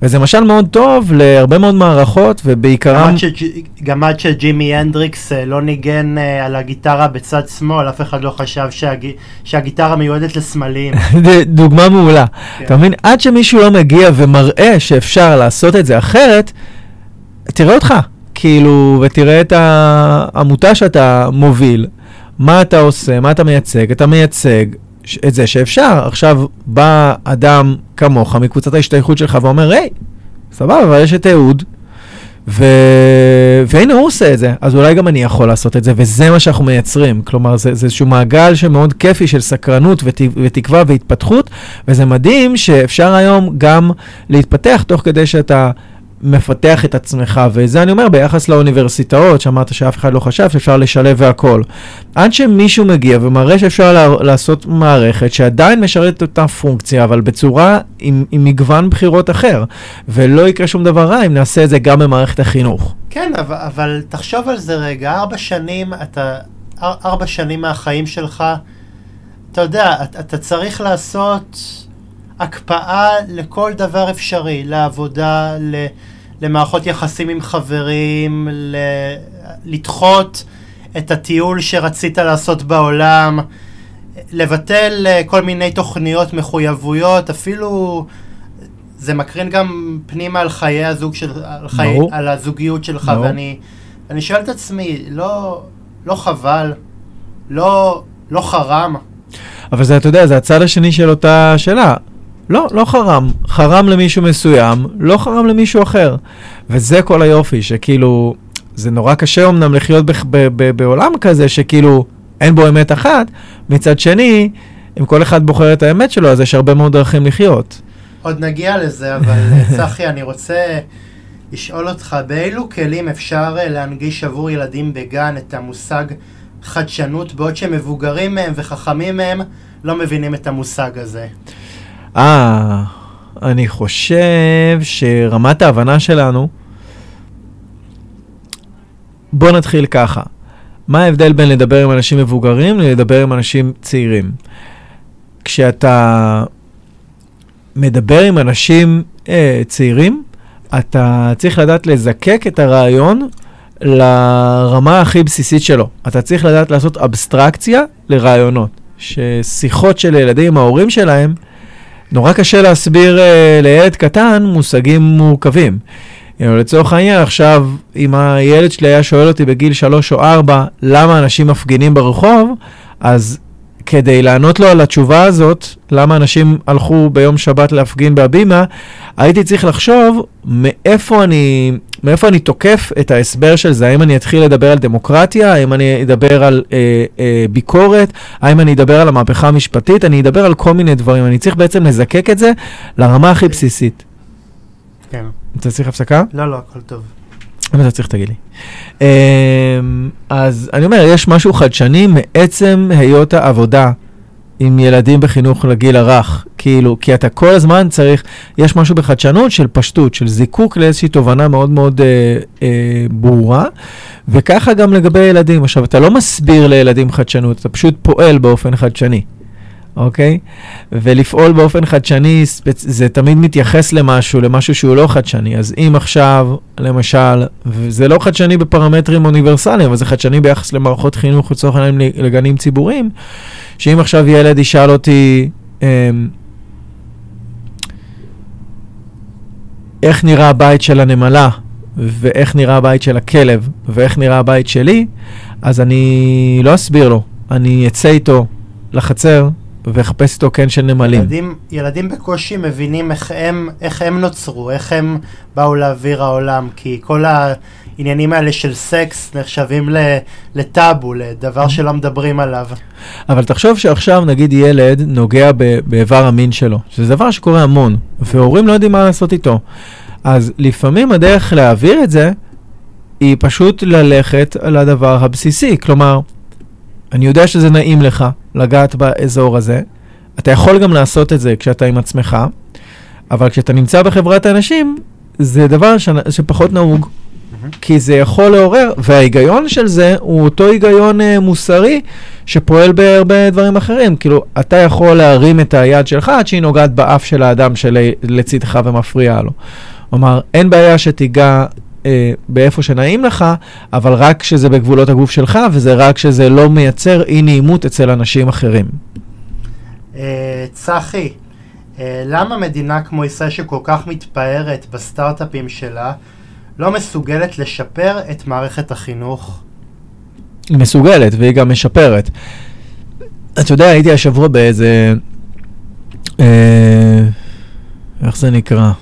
וזה משל מאוד טוב להרבה מאוד מערכות, ובעיקרם... גם עד שג'ימי הנדריקס לא ניגן על הגיטרה בצד שמאל, אף אחד לא חשב שהגיטרה מיועדת לסמלים. דוגמה מעולה. אתה מבין? עד שמישהו לא מגיע ומראה שאפשר לעשות את זה אחרת, תראה אותך, כאילו, ותראה את העמותה שאתה מוביל, מה אתה עושה, מה אתה מייצג, אתה מייצג את זה שאפשר. עכשיו בא אדם כמוך מקבוצת ההשתייכות שלך ואומר, היי, סבבה, אבל יש את אהוד, ו... והנה הוא עושה את זה, אז אולי גם אני יכול לעשות את זה, וזה מה שאנחנו מייצרים. כלומר, זה, זה איזשהו מעגל שמאוד כיפי של סקרנות ות... ותקווה והתפתחות, וזה מדהים שאפשר היום גם להתפתח תוך כדי שאתה מפתח את עצמך, וזה אני אומר ביחס לאוניברסיטאות, שאמרת שאף אחד לא חשב שאפשר לשלב והכל. עד שמישהו מגיע ומראה שאפשר לעשות מערכת שעדיין משרת אותה פונקציה, אבל בצורה עם, עם מגוון בחירות אחר, ולא יקרה שום דבר רע אם נעשה את זה גם במערכת החינוך. כן, אבל, אבל תחשוב על זה רגע, ארבע שנים, אתה, ארבע שנים מהחיים שלך, אתה יודע, אתה, אתה צריך לעשות הקפאה לכל דבר אפשרי, לעבודה, ל... למערכות יחסים עם חברים, ל... לדחות את הטיול שרצית לעשות בעולם, לבטל כל מיני תוכניות, מחויבויות, אפילו זה מקרין גם פנימה על חיי הזוג של, על, חיי, no. על הזוגיות שלך, no. ואני אני שואל את עצמי, לא, לא חבל, לא, לא חרם. אבל זה, אתה יודע, זה הצד השני של אותה שאלה. לא, לא חרם. חרם למישהו מסוים, לא חרם למישהו אחר. וזה כל היופי, שכאילו, זה נורא קשה אומנם לחיות ב- ב- ב- בעולם כזה, שכאילו, אין בו אמת אחת. מצד שני, אם כל אחד בוחר את האמת שלו, אז יש הרבה מאוד דרכים לחיות. עוד נגיע לזה, אבל צחי, אני רוצה לשאול אותך, באילו כלים אפשר להנגיש עבור ילדים בגן את המושג חדשנות, בעוד שמבוגרים מהם וחכמים מהם לא מבינים את המושג הזה? אה, אני חושב שרמת ההבנה שלנו, בוא נתחיל ככה. מה ההבדל בין לדבר עם אנשים מבוגרים לדבר עם אנשים צעירים? כשאתה מדבר עם אנשים אה, צעירים, אתה צריך לדעת לזקק את הרעיון לרמה הכי בסיסית שלו. אתה צריך לדעת לעשות אבסטרקציה לרעיונות. ששיחות של ילדים עם ההורים שלהם, נורא קשה להסביר אה, לילד קטן מושגים מורכבים. לצורך העניין, עכשיו, אם הילד שלי היה שואל אותי בגיל שלוש או ארבע, למה אנשים מפגינים ברחוב, אז כדי לענות לו על התשובה הזאת, למה אנשים הלכו ביום שבת להפגין בהבימה, הייתי צריך לחשוב מאיפה אני, מאיפה אני תוקף את ההסבר של זה. האם אני אתחיל לדבר על דמוקרטיה, האם אני אדבר על אה, אה, ביקורת, האם אני אדבר על המהפכה המשפטית, אני אדבר על כל מיני דברים. אני צריך בעצם לזקק את זה לרמה הכי בסיסית. כן. אתה צריך הפסקה? לא, לא, הכל טוב. אם אתה צריך, תגיד לי. אז אני אומר, יש משהו חדשני מעצם היות העבודה עם ילדים בחינוך לגיל הרך, כאילו, כי אתה כל הזמן צריך, יש משהו בחדשנות של פשטות, של זיקוק לאיזושהי תובנה מאוד מאוד אה, אה, ברורה, וככה גם לגבי ילדים. עכשיו, אתה לא מסביר לילדים חדשנות, אתה פשוט פועל באופן חדשני. אוקיי? ולפעול באופן חדשני, זה תמיד מתייחס למשהו, למשהו שהוא לא חדשני. אז אם עכשיו, למשל, וזה לא חדשני בפרמטרים אוניברסליים, אבל זה חדשני ביחס למערכות חינוך, לצורך העניין לגנים ציבוריים, שאם עכשיו ילד ישאל אותי, איך נראה הבית של הנמלה, ואיך נראה הבית של הכלב, ואיך נראה הבית שלי, אז אני לא אסביר לו. אני אצא איתו לחצר, וחפש איתו קן של נמלים. ילדים, ילדים בקושי מבינים איך הם, איך הם נוצרו, איך הם באו לאוויר העולם, כי כל העניינים האלה של סקס נחשבים לטאבו, לדבר שלא מדברים עליו. אבל תחשוב שעכשיו נגיד ילד נוגע באיבר המין שלו, שזה דבר שקורה המון, והורים לא יודעים מה לעשות איתו. אז לפעמים הדרך להעביר את זה, היא פשוט ללכת על הדבר הבסיסי. כלומר, אני יודע שזה נעים לך לגעת באזור הזה. אתה יכול גם לעשות את זה כשאתה עם עצמך, אבל כשאתה נמצא בחברת האנשים, זה דבר ש... שפחות נהוג. כי זה יכול לעורר, וההיגיון של זה הוא אותו היגיון אה, מוסרי שפועל בהרבה דברים אחרים. כאילו, אתה יכול להרים את היד שלך עד שהיא נוגעת באף של האדם שלצדך ומפריע לו. כלומר, אין בעיה שתיגע אה, באיפה שנעים לך, אבל רק שזה בגבולות הגוף שלך, וזה רק שזה לא מייצר אי נעימות אצל אנשים אחרים. אה, צחי, אה, למה מדינה כמו ישראל שכל כך מתפארת בסטארט-אפים שלה, לא מסוגלת לשפר את מערכת החינוך? היא מסוגלת, והיא גם משפרת. אתה יודע, הייתי השבוע באיזה... אה, איך זה נקרא?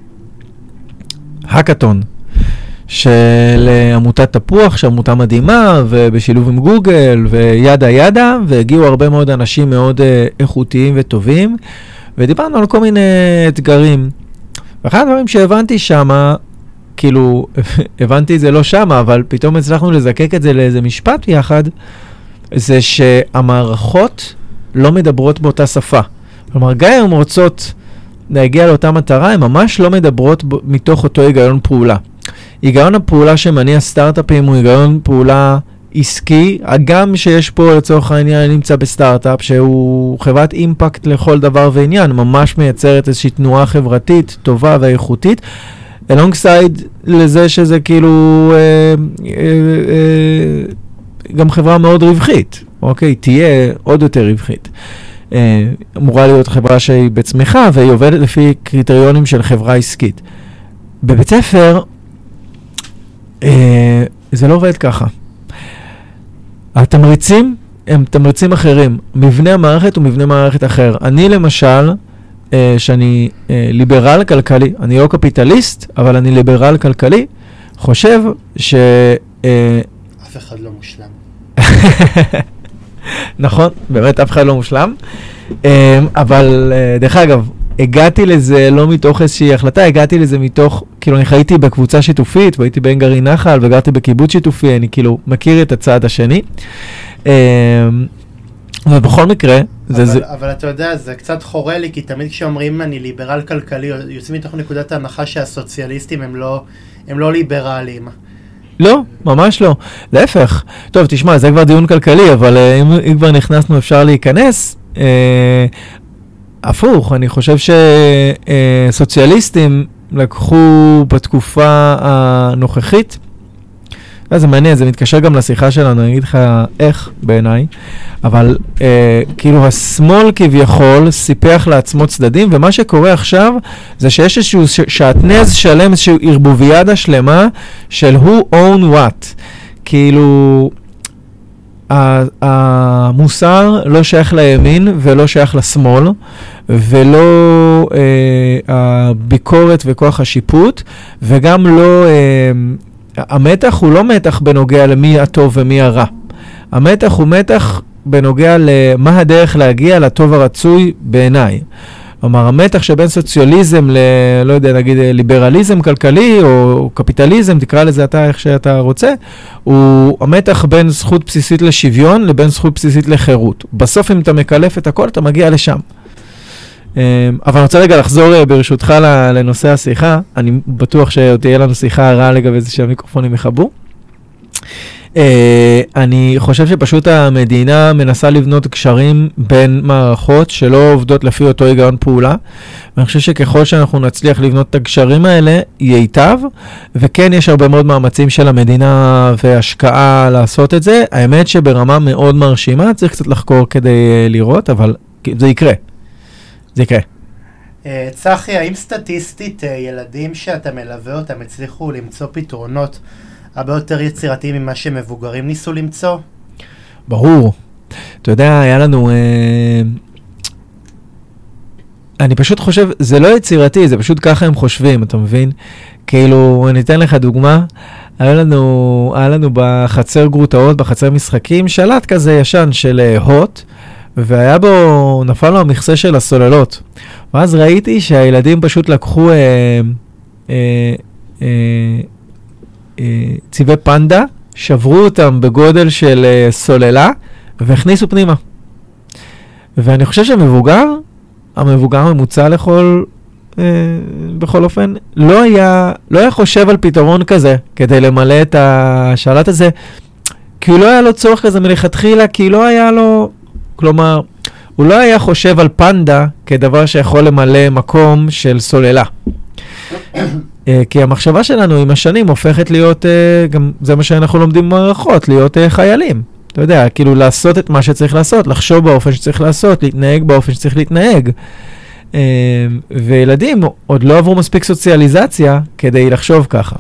הקאטון של עמותת תפוח, שעמותה מדהימה, ובשילוב עם גוגל, וידה ידה, והגיעו הרבה מאוד אנשים מאוד אה, איכותיים וטובים, ודיברנו על כל מיני אתגרים. ואחד הדברים שהבנתי שמה, כאילו, הבנתי את זה לא שמה, אבל פתאום הצלחנו לזקק את זה לאיזה משפט יחד, זה שהמערכות לא מדברות באותה שפה. כלומר, גם אם רוצות להגיע לאותה מטרה, הן ממש לא מדברות ב- מתוך אותו היגיון פעולה. היגיון הפעולה שמניע סטארט-אפים הוא היגיון פעולה עסקי, גם שיש פה לצורך העניין נמצא בסטארט-אפ, שהוא חברת אימפקט לכל דבר ועניין, ממש מייצרת איזושהי תנועה חברתית טובה ואיכותית, alongside לזה שזה כאילו אה, אה, אה, גם חברה מאוד רווחית, אוקיי? תהיה עוד יותר רווחית. אה, אמורה להיות חברה שהיא בצמיחה, והיא עובדת לפי קריטריונים של חברה עסקית. בבית ספר, אה, זה לא עובד ככה. התמריצים הם תמריצים אחרים. מבנה המערכת הוא מבנה מערכת אחר. אני למשל, אה, שאני אה, ליברל כלכלי, אני לא קפיטליסט, אבל אני ליברל כלכלי, חושב ש... אה, אף אחד לא מושלם. נכון, באמת אף אחד לא מושלם. אה, אבל אה, דרך אגב, הגעתי לזה לא מתוך איזושהי החלטה, הגעתי לזה מתוך, כאילו אני חייתי בקבוצה שיתופית, והייתי בעין גרעין נחל, וגרתי בקיבוץ שיתופי, אני כאילו מכיר את הצד השני. ובכל מקרה, אבל, זה... אבל אתה יודע, זה קצת חורה לי, כי תמיד כשאומרים אני ליברל כלכלי, יוצאים מתוך נקודת ההנחה שהסוציאליסטים הם לא, הם לא ליברליים. לא, ממש לא. להפך. טוב, תשמע, זה כבר דיון כלכלי, אבל uh, אם, אם כבר נכנסנו אפשר להיכנס. Uh, הפוך, אני חושב שסוציאליסטים לקחו בתקופה הנוכחית, זה מעניין, זה מתקשר גם לשיחה שלנו, אני אגיד לך איך בעיניי, אבל אה, כאילו השמאל כביכול סיפח לעצמו צדדים, ומה שקורה עכשיו זה שיש איזשהו שעטנז שלם, איזשהו ערבוביאדה שלמה של who own what. כאילו המוסר לא שייך לימין ולא שייך לשמאל, ולא אה, הביקורת וכוח השיפוט, וגם לא... אה, המתח הוא לא מתח בנוגע למי הטוב ומי הרע. המתח הוא מתח בנוגע למה הדרך להגיע לטוב הרצוי בעיניי. כלומר, המתח שבין סוציאליזם ל... לא יודע, נגיד ליברליזם כלכלי או קפיטליזם, תקרא לזה אתה איך שאתה רוצה, הוא המתח בין זכות בסיסית לשוויון לבין זכות בסיסית לחירות. בסוף אם אתה מקלף את הכל, אתה מגיע לשם. אבל אני רוצה רגע לחזור ברשותך לנושא השיחה. אני בטוח שתהיה לנו שיחה רעה לגבי זה שהמיקרופונים יחבו. אני חושב שפשוט המדינה מנסה לבנות קשרים בין מערכות שלא עובדות לפי אותו היגיון פעולה, ואני חושב שככל שאנחנו נצליח לבנות את הקשרים האלה, ייטב, וכן יש הרבה מאוד מאמצים של המדינה והשקעה לעשות את זה. האמת שברמה מאוד מרשימה, צריך קצת לחקור כדי לראות, אבל זה יקרה. זה יקרה. צחי, האם סטטיסטית ילדים שאתה מלווה אותם הצליחו למצוא פתרונות הרבה יותר יצירתיים ממה שמבוגרים ניסו למצוא? ברור. אתה יודע, היה לנו... אה, אני פשוט חושב, זה לא יצירתי, זה פשוט ככה הם חושבים, אתה מבין? כאילו, אני אתן לך דוגמה, היה לנו, היה לנו בחצר גרוטאות, בחצר משחקים, שלט כזה ישן של הוט, והיה בו, נפל לו המכסה של הסוללות. ואז ראיתי שהילדים פשוט לקחו אה, אה, אה, אה, צבעי פנדה, שברו אותם בגודל של אה, סוללה, והכניסו פנימה. ואני חושב שמבוגר, המבוגר ממוצע לכל אה, בכל אופן, לא היה, לא היה חושב על פתרון כזה, כדי למלא את השאלת הזה, כי הוא לא היה לו צורך כזה מלכתחילה, כי לא היה לו, כלומר, הוא לא היה חושב על פנדה כדבר שיכול למלא מקום של סוללה. כי המחשבה שלנו עם השנים הופכת להיות, גם זה מה שאנחנו לומדים במערכות, להיות חיילים. אתה יודע, כאילו לעשות את מה שצריך לעשות, לחשוב באופן שצריך לעשות, להתנהג באופן שצריך להתנהג. וילדים עוד לא עברו מספיק סוציאליזציה כדי לחשוב ככה.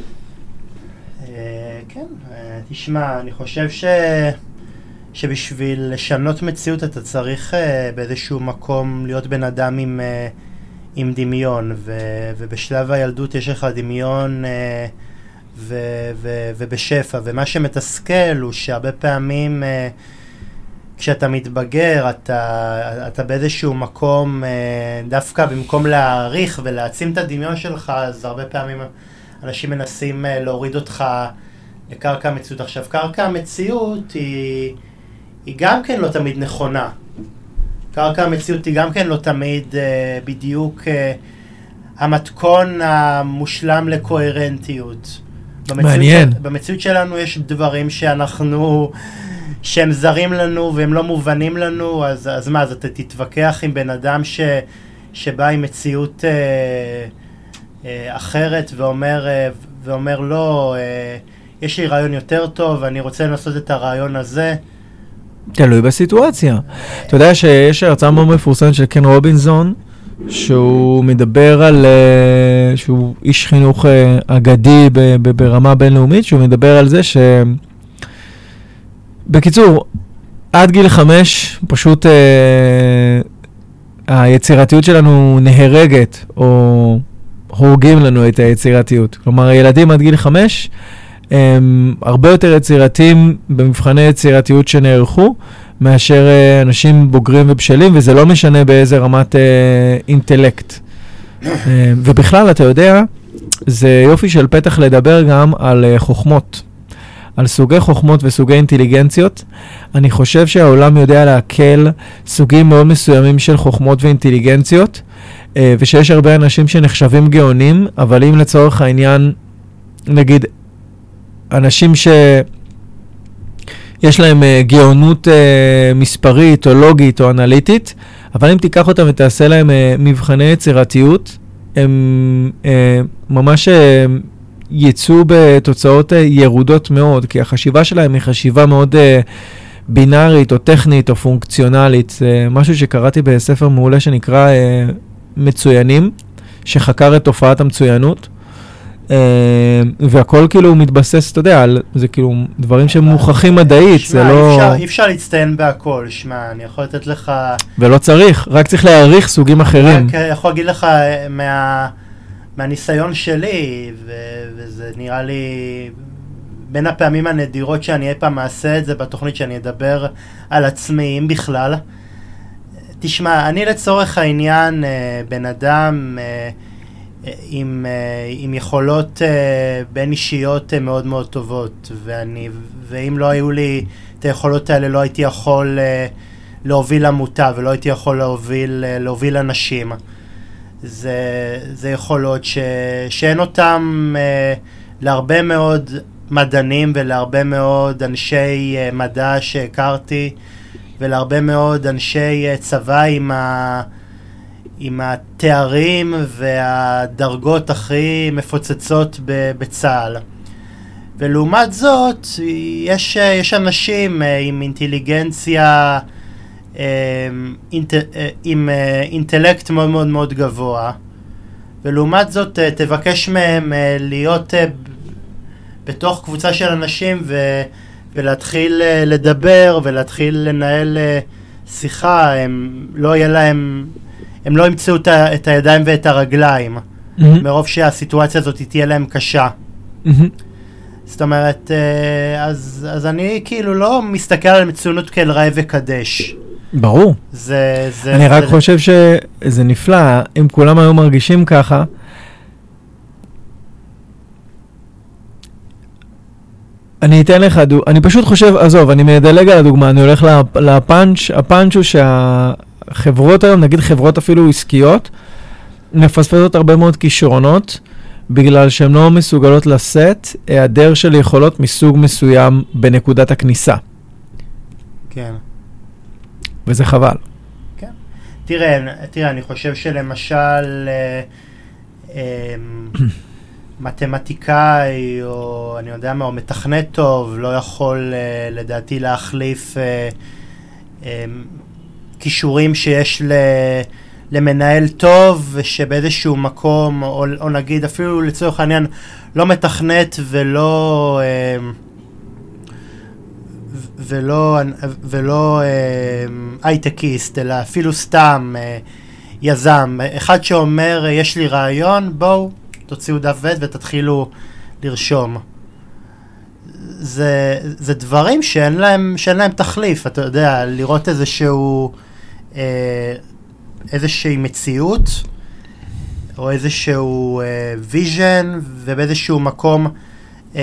כן, תשמע, אני חושב ש... שבשביל לשנות מציאות אתה צריך באיזשהו מקום להיות בן אדם עם... עם דמיון, ו, ובשלב הילדות יש לך דמיון ו, ו, ובשפע, ומה שמתסכל הוא שהרבה פעמים כשאתה מתבגר, אתה, אתה באיזשהו מקום, דווקא במקום להעריך ולהעצים את הדמיון שלך, אז הרבה פעמים אנשים מנסים להוריד אותך לקרקע המציאות. עכשיו, קרקע המציאות היא, היא גם כן לא תמיד נכונה. קרקע המציאות היא גם כן לא תמיד uh, בדיוק uh, המתכון המושלם לקוהרנטיות. מעניין. במציאות, במציאות שלנו יש דברים שאנחנו, שהם זרים לנו והם לא מובנים לנו, אז, אז מה, אז אתה תתווכח עם בן אדם ש, שבא עם מציאות uh, uh, אחרת ואומר, uh, ואומר לא, uh, יש לי רעיון יותר טוב, אני רוצה לנסות את הרעיון הזה. תלוי בסיטואציה. אתה יודע שיש הרצאה מאוד מפורסמת של קן רובינזון, שהוא מדבר על, שהוא איש חינוך אגדי ברמה בינלאומית, שהוא מדבר על זה ש... בקיצור, עד גיל חמש, פשוט היצירתיות שלנו נהרגת, או הורגים לנו את היצירתיות. כלומר, הילדים עד גיל חמש, הם הרבה יותר יצירתיים במבחני יצירתיות שנערכו, מאשר uh, אנשים בוגרים ובשלים, וזה לא משנה באיזה רמת uh, אינטלקט. uh, ובכלל, אתה יודע, זה יופי של פתח לדבר גם על uh, חוכמות, על סוגי חוכמות וסוגי אינטליגנציות. אני חושב שהעולם יודע להקל סוגים מאוד מסוימים של חוכמות ואינטליגנציות, uh, ושיש הרבה אנשים שנחשבים גאונים, אבל אם לצורך העניין, נגיד, אנשים שיש להם uh, גאונות uh, מספרית או לוגית או אנליטית, אבל אם תיקח אותם ותעשה להם uh, מבחני יצירתיות, הם uh, ממש uh, יצאו בתוצאות uh, ירודות מאוד, כי החשיבה שלהם היא חשיבה מאוד uh, בינארית או טכנית או פונקציונלית. זה משהו שקראתי בספר מעולה שנקרא uh, מצוינים, שחקר את תופעת המצוינות. Uh, והכל כאילו מתבסס, אתה יודע, על, זה כאילו דברים שמוכחים מדעית, זה לא... אפשר, אי אפשר להצטיין בהכל, שמע, אני יכול לתת לך... ולא צריך, רק צריך להעריך סוגים אחרים. רק יכול להגיד לך מה, מהניסיון שלי, ו, וזה נראה לי בין הפעמים הנדירות שאני אי פעם אעשה את זה בתוכנית שאני אדבר על עצמי, אם בכלל. תשמע, אני לצורך העניין בן אדם... עם, עם יכולות בין אישיות מאוד מאוד טובות, ואני, ואם לא היו לי את היכולות האלה, לא הייתי יכול להוביל עמותה, ולא הייתי יכול להוביל, להוביל אנשים. זה, זה יכולות ש, שאין אותם להרבה מאוד מדענים, ולהרבה מאוד אנשי מדע שהכרתי, ולהרבה מאוד אנשי צבא עם ה... עם התארים והדרגות הכי מפוצצות בצה"ל. ולעומת זאת, יש, יש אנשים עם אינטליגנציה, עם אינטלקט מאוד מאוד מאוד גבוה, ולעומת זאת תבקש מהם להיות בתוך קבוצה של אנשים ו, ולהתחיל לדבר ולהתחיל לנהל שיחה, הם לא יהיה להם... הם לא ימצאו את הידיים ואת הרגליים, mm-hmm. מרוב שהסיטואציה הזאת תהיה להם קשה. Mm-hmm. זאת אומרת, אז, אז אני כאילו לא מסתכל על מצוינות כאל ראה וקדש. ברור. זה, זה, אני זה רק זה... חושב שזה נפלא, אם כולם היו מרגישים ככה, אני אתן לך, אני פשוט חושב, עזוב, אני מדלג על הדוגמה, אני הולך לפאנץ', הפאנץ' הוא שה... חברות היום, נגיד חברות אפילו עסקיות, מפספסות הרבה מאוד כישרונות, בגלל שהן לא מסוגלות לשאת היעדר של יכולות מסוג מסוים בנקודת הכניסה. כן. וזה חבל. כן. תראה, תראה, אני חושב שלמשל אה, אה, מתמטיקאי, או אני יודע מה, או מתכנת טוב, לא יכול אה, לדעתי להחליף אה, אה, כישורים שיש ל... למנהל טוב, ושבאיזשהו מקום, או, או נגיד אפילו לצורך העניין, לא מתכנת ולא, אה, ולא, ולא אה, הייטקיסט, אלא אפילו סתם אה, יזם. אחד שאומר, יש לי רעיון, בואו, תוציאו דף ועט ותתחילו לרשום. זה, זה דברים שאין להם, שאין להם תחליף, אתה יודע, לראות איזשהו... אה, איזושהי מציאות, או איזשהו ויז'ן, uh, ובאיזשהו מקום uh,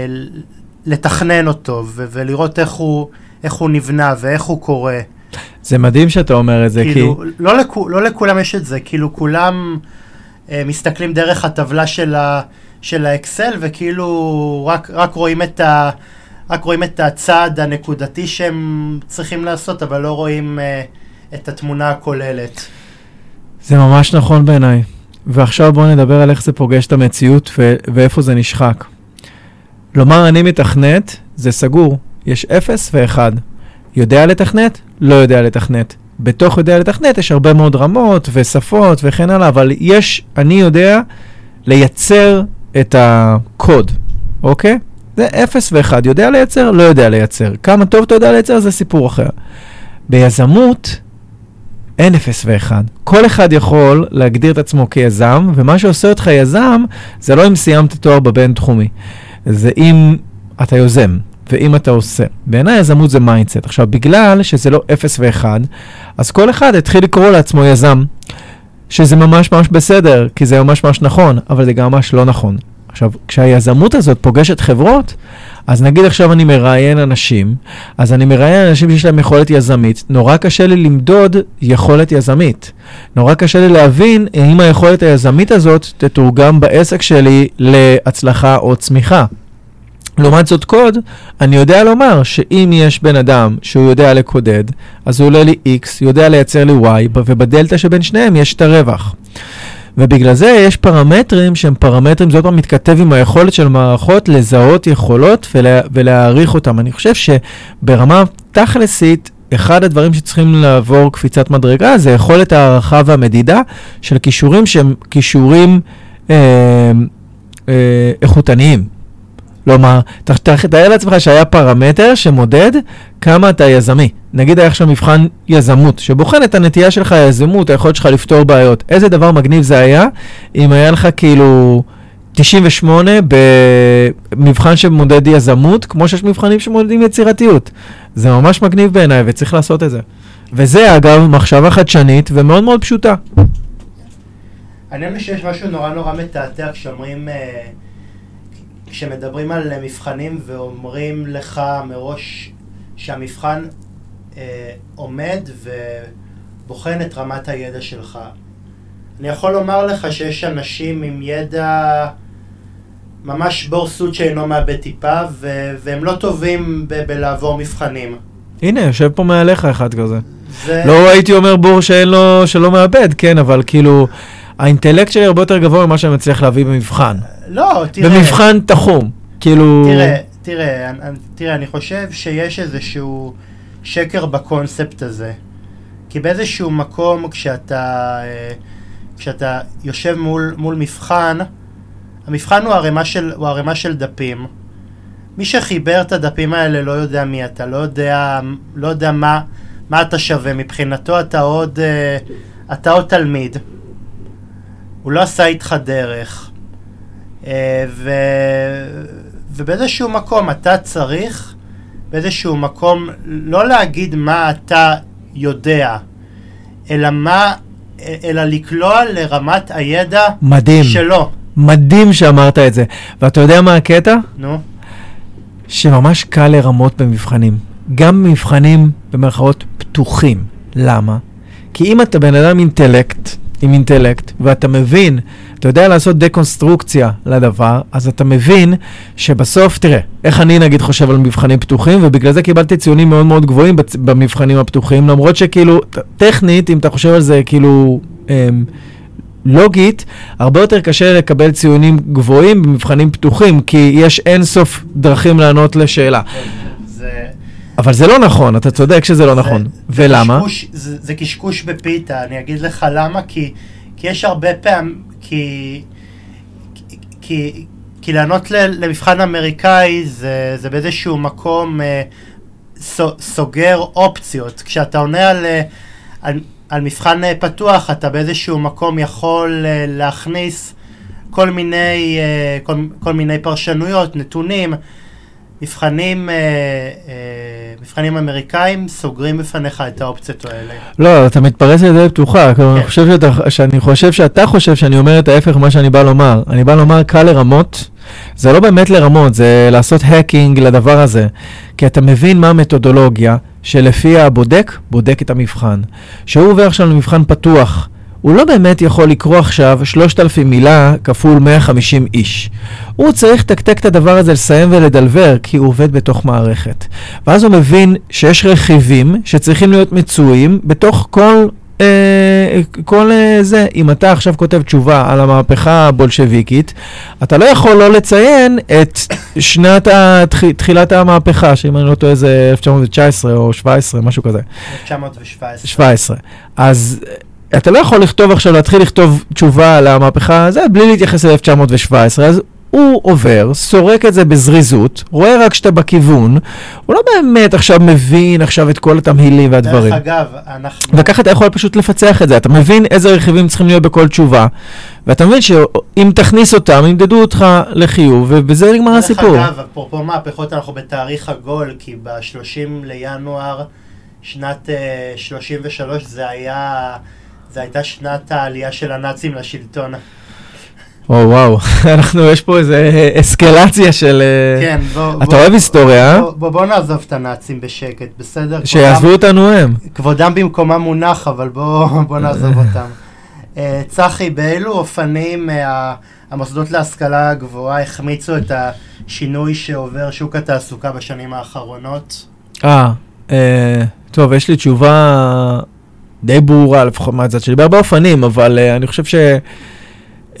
לתכנן אותו, ו- ולראות איך הוא, איך הוא נבנה ואיך הוא קורה. זה מדהים שאתה אומר את זה, כאילו, כי... לא, לכו, לא לכולם יש את זה, כאילו כולם uh, מסתכלים דרך הטבלה של, ה- של האקסל, וכאילו רק, רק רואים את ה... רק רואים את הצעד הנקודתי שהם צריכים לעשות, אבל לא רואים uh, את התמונה הכוללת. זה ממש נכון בעיניי. ועכשיו בואו נדבר על איך זה פוגש את המציאות ו- ואיפה זה נשחק. לומר אני מתכנת, זה סגור. יש אפס ואחד. יודע לתכנת? לא יודע לתכנת. בתוך יודע לתכנת יש הרבה מאוד רמות ושפות וכן הלאה, אבל יש, אני יודע לייצר את הקוד, אוקיי? זה אפס ואחד. יודע לייצר? לא יודע לייצר. כמה טוב אתה יודע לייצר? זה סיפור אחר. ביזמות, אין אפס ואחד. כל אחד יכול להגדיר את עצמו כיזם, ומה שעושה אותך יזם, זה לא אם סיימת תואר בבין תחומי. זה אם אתה יוזם, ואם אתה עושה. בעיניי יזמות זה מיינדסט. עכשיו, בגלל שזה לא אפס ואחד, אז כל אחד התחיל לקרוא לעצמו יזם, שזה ממש ממש בסדר, כי זה ממש ממש נכון, אבל זה גם ממש לא נכון. עכשיו, כשהיזמות הזאת פוגשת חברות, אז נגיד עכשיו אני מראיין אנשים, אז אני מראיין אנשים שיש להם יכולת יזמית, נורא קשה לי למדוד יכולת יזמית. נורא קשה לי להבין אם היכולת היזמית הזאת תתורגם בעסק שלי להצלחה או צמיחה. לעומת זאת קוד, אני יודע לומר שאם יש בן אדם שהוא יודע לקודד, אז הוא עולה לי X, יודע לייצר לי Y, ובדלטה שבין שניהם יש את הרווח. ובגלל זה יש פרמטרים שהם פרמטרים, זאת פעם מתכתב עם היכולת של מערכות לזהות יכולות ולה, ולהעריך אותם. אני חושב שברמה תכלסית, אחד הדברים שצריכים לעבור קפיצת מדרגה, זה יכולת הערכה והמדידה של כישורים שהם כישורים אה, אה, איכותניים. כלומר, תאר לעצמך שהיה פרמטר שמודד כמה אתה יזמי. נגיד היה עכשיו מבחן יזמות, שבוחן את הנטייה שלך יזמות, היכולת שלך לפתור בעיות. איזה דבר מגניב זה היה, אם היה לך כאילו תשעים ושמונה במבחן שמודד יזמות, כמו שיש מבחנים שמודדים יצירתיות. זה ממש מגניב בעיניי, וצריך לעשות את זה. וזה אגב מחשבה חדשנית ומאוד מאוד פשוטה. אני חושב שיש משהו נורא נורא מתעתע כשאומרים... כשמדברים על מבחנים ואומרים לך מראש שהמבחן אה, עומד ובוחן את רמת הידע שלך. אני יכול לומר לך שיש אנשים עם ידע ממש בור סוד שאינו מאבד טיפה, ו- והם לא טובים ב- בלעבור מבחנים. הנה, יושב פה מעליך אחד כזה. זה... לא הייתי אומר בור שאין לו, שלא מאבד, כן, אבל כאילו... האינטלקט שלי הרבה יותר גבוה ממה שאני מצליח להביא במבחן. לא, תראה. במבחן תחום, כאילו... תראה, תראה, אני, תראה, אני חושב שיש איזשהו שקר בקונספט הזה. כי באיזשהו מקום, כשאתה, כשאתה יושב מול, מול מבחן, המבחן הוא הרמה של, הוא הרמה של דפים. מי שחיבר את הדפים האלה לא יודע מי אתה, לא יודע, לא יודע מה, מה אתה שווה. מבחינתו אתה עוד, אתה עוד תלמיד. הוא לא עשה איתך דרך, ו... ובאיזשהו מקום אתה צריך, באיזשהו מקום, לא להגיד מה אתה יודע, אלא מה, אלא לקלוע לרמת הידע מדהים. שלו. מדהים שאמרת את זה. ואתה יודע מה הקטע? נו. שממש קל לרמות במבחנים. גם במבחנים במרכאות פתוחים. למה? כי אם אתה בן אדם אינטלקט, עם אינטלקט, ואתה מבין, אתה יודע לעשות דקונסטרוקציה לדבר, אז אתה מבין שבסוף, תראה, איך אני נגיד חושב על מבחנים פתוחים, ובגלל זה קיבלתי ציונים מאוד מאוד גבוהים במבחנים הפתוחים, למרות שכאילו, טכנית, אם אתה חושב על זה, כאילו, אמ, לוגית, הרבה יותר קשה לקבל ציונים גבוהים במבחנים פתוחים, כי יש אין סוף דרכים לענות לשאלה. זה... אבל זה לא נכון, אתה צודק שזה לא זה, נכון. זה ולמה? קשקוש, זה, זה קשקוש בפיתה, אני אגיד לך למה, כי, כי יש הרבה פעמים, כי, כי, כי לענות ל, למבחן אמריקאי זה, זה באיזשהו מקום אה, סו, סוגר אופציות. כשאתה עונה על, על, על מבחן אה, פתוח, אתה באיזשהו מקום יכול אה, להכניס כל מיני, אה, כל, כל מיני פרשנויות, נתונים, מבחנים, אה, אה, מבחנים אמריקאים סוגרים בפניך את האופציות האלה. לא, אתה מתפרץ לדלת פתוחה, כן. אני חושב שאתה, שאני חושב שאתה חושב שאני אומר את ההפך מה שאני בא לומר. אני בא לומר קל לרמות, זה לא באמת לרמות, זה לעשות האקינג לדבר הזה. כי אתה מבין מה המתודולוגיה שלפי הבודק, בודק את המבחן. שהוא עובר עכשיו למבחן פתוח, הוא לא באמת יכול לקרוא עכשיו שלושת אלפים מילה כפול מאה וחמישים איש. הוא צריך לתקתק את הדבר הזה, לסיים ולדלבר, כי הוא עובד בתוך מערכת. ואז הוא מבין שיש רכיבים שצריכים להיות מצויים בתוך כל, אה, כל אה, זה. אם אתה עכשיו כותב תשובה על המהפכה הבולשביקית, אתה לא יכול לא לציין את שנת התח... תחילת המהפכה, שאם אני לא טועה זה אלף תשע מאות תשע עשרה או שבע עשרה, משהו כזה. אלף תשע מאות שבע עשרה. שבע עשרה. אז... אתה לא יכול לכתוב עכשיו, להתחיל לכתוב תשובה על המהפכה הזה, בלי להתייחס ל-אלף תשע מאות שבע עשרה, אז הוא עובר, סורק את זה בזריזות, רואה רק שאתה בכיוון, הוא לא באמת עכשיו מבין עכשיו את כל התמהילים והדברים. דרך אגב, אנחנו... וככה אתה יכול פשוט לפצח את זה, אתה מבין איזה רכיבים צריכים להיות בכל תשובה, ואתה מבין שאם תכניס אותם, ימדדו אותך לחיוב, ובזה נגמר הסיפור. דרך אגב, אפרופו מהפכות, אנחנו בתאריך עגול, כי ב-שלושים לינואר שנת uh, שלושים ושלוש זה היה... זו הייתה שנת העלייה של הנאצים לשלטון. או וואו, אנחנו, יש פה איזה אסקלציה של... כן, בוא... אתה אוהב היסטוריה? בוא, בוא נעזוב את הנאצים בשקט, בסדר? שיעזבו אותנו הם. כבודם במקומם מונח, אבל בוא, בוא נעזוב אותם. צחי, באילו אופנים המוסדות להשכלה הגבוהה החמיצו את השינוי שעובר שוק התעסוקה בשנים האחרונות? אה, טוב, יש לי תשובה... די ברורה, לפחות מהצד שלי, בהרבה אופנים, אבל uh, אני חושב ש... Uh,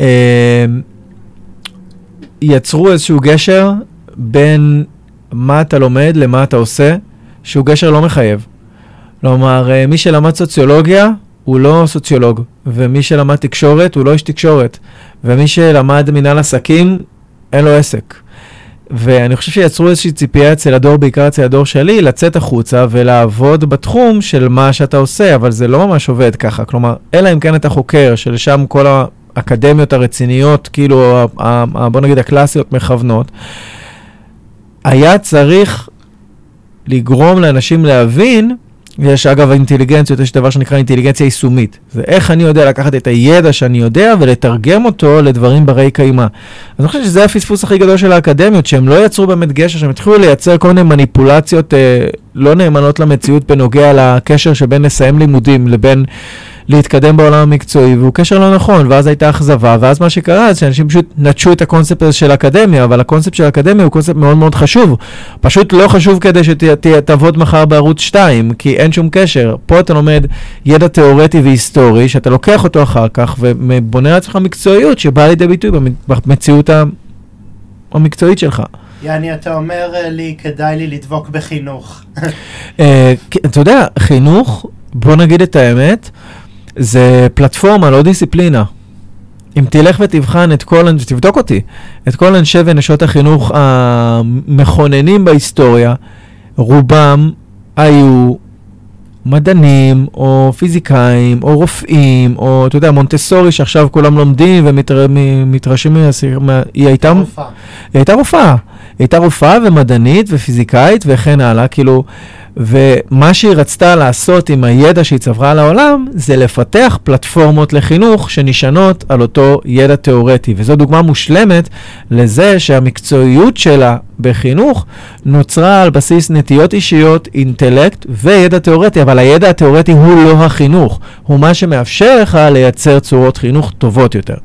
יצרו איזשהו גשר בין מה אתה לומד למה אתה עושה, שהוא גשר לא מחייב. כלומר, uh, מי שלמד סוציולוגיה, הוא לא סוציולוג, ומי שלמד תקשורת, הוא לא איש תקשורת, ומי שלמד מנהל עסקים, אין לו עסק. ואני חושב שיצרו איזושהי ציפייה אצל הדור, בעיקר אצל הדור שלי, לצאת החוצה ולעבוד בתחום של מה שאתה עושה, אבל זה לא ממש עובד ככה. כלומר, אלא אם כן אתה חוקר, שלשם כל האקדמיות הרציניות, כאילו, בוא נגיד הקלאסיות מכוונות, היה צריך לגרום לאנשים להבין, יש אגב אינטליגנציות, יש דבר שנקרא אינטליגנציה יישומית. זה איך אני יודע לקחת את הידע שאני יודע ולתרגם אותו לדברים ברי קיימא. אז אני חושב שזה הפספוס הכי גדול של האקדמיות, שהם לא יצרו באמת גשר, שהם התחילו לייצר כל מיני מניפולציות אה, לא נאמנות למציאות בנוגע לקשר שבין לסיים לימודים לבין להתקדם בעולם המקצועי, והוא קשר לא נכון, ואז הייתה אכזבה, ואז מה שקרה זה שאנשים פשוט נטשו את הקונספט הזה של אקדמיה, אבל הקונספט של אקדמיה הוא קונספט מאוד מאוד חשוב, פשוט לא חשוב כדי שתעבוד מחר בערוץ שתיים, כי אין שום קשר. פה אתה לומד ידע תיאורטי והיסטורי, שאתה לוקח אותו אחר כך, ובונה לעצמך מקצועיות שבאה לידי ביטוי במציאות המקצועית שלך. יעני, אתה אומר לי, כדאי לי לדבוק בחינוך. אתה יודע, חינוך, בוא נגיד את האמת, זה פלטפורמה, לא דיסציפלינה. אם תלך ותבחן את כל, ותבדוק אותי, את כל אנשי ונשות החינוך המכוננים בהיסטוריה, רובם היו מדענים, או פיזיקאים, או רופאים, או, אתה יודע, מונטסורי, שעכשיו כולם לומדים ומתרשים, היא הייתה רופאה. היא הייתה רופאה. הייתה רופאה ומדענית ופיזיקאית וכן הלאה, כאילו, ומה שהיא רצתה לעשות עם הידע שהיא צברה על העולם, זה לפתח פלטפורמות לחינוך שנשענות על אותו ידע תיאורטי. וזו דוגמה מושלמת לזה שהמקצועיות שלה בחינוך נוצרה על בסיס נטיות אישיות, אינטלקט וידע תיאורטי, אבל הידע התיאורטי הוא לא החינוך, הוא מה שמאפשר לך לייצר צורות חינוך טובות יותר.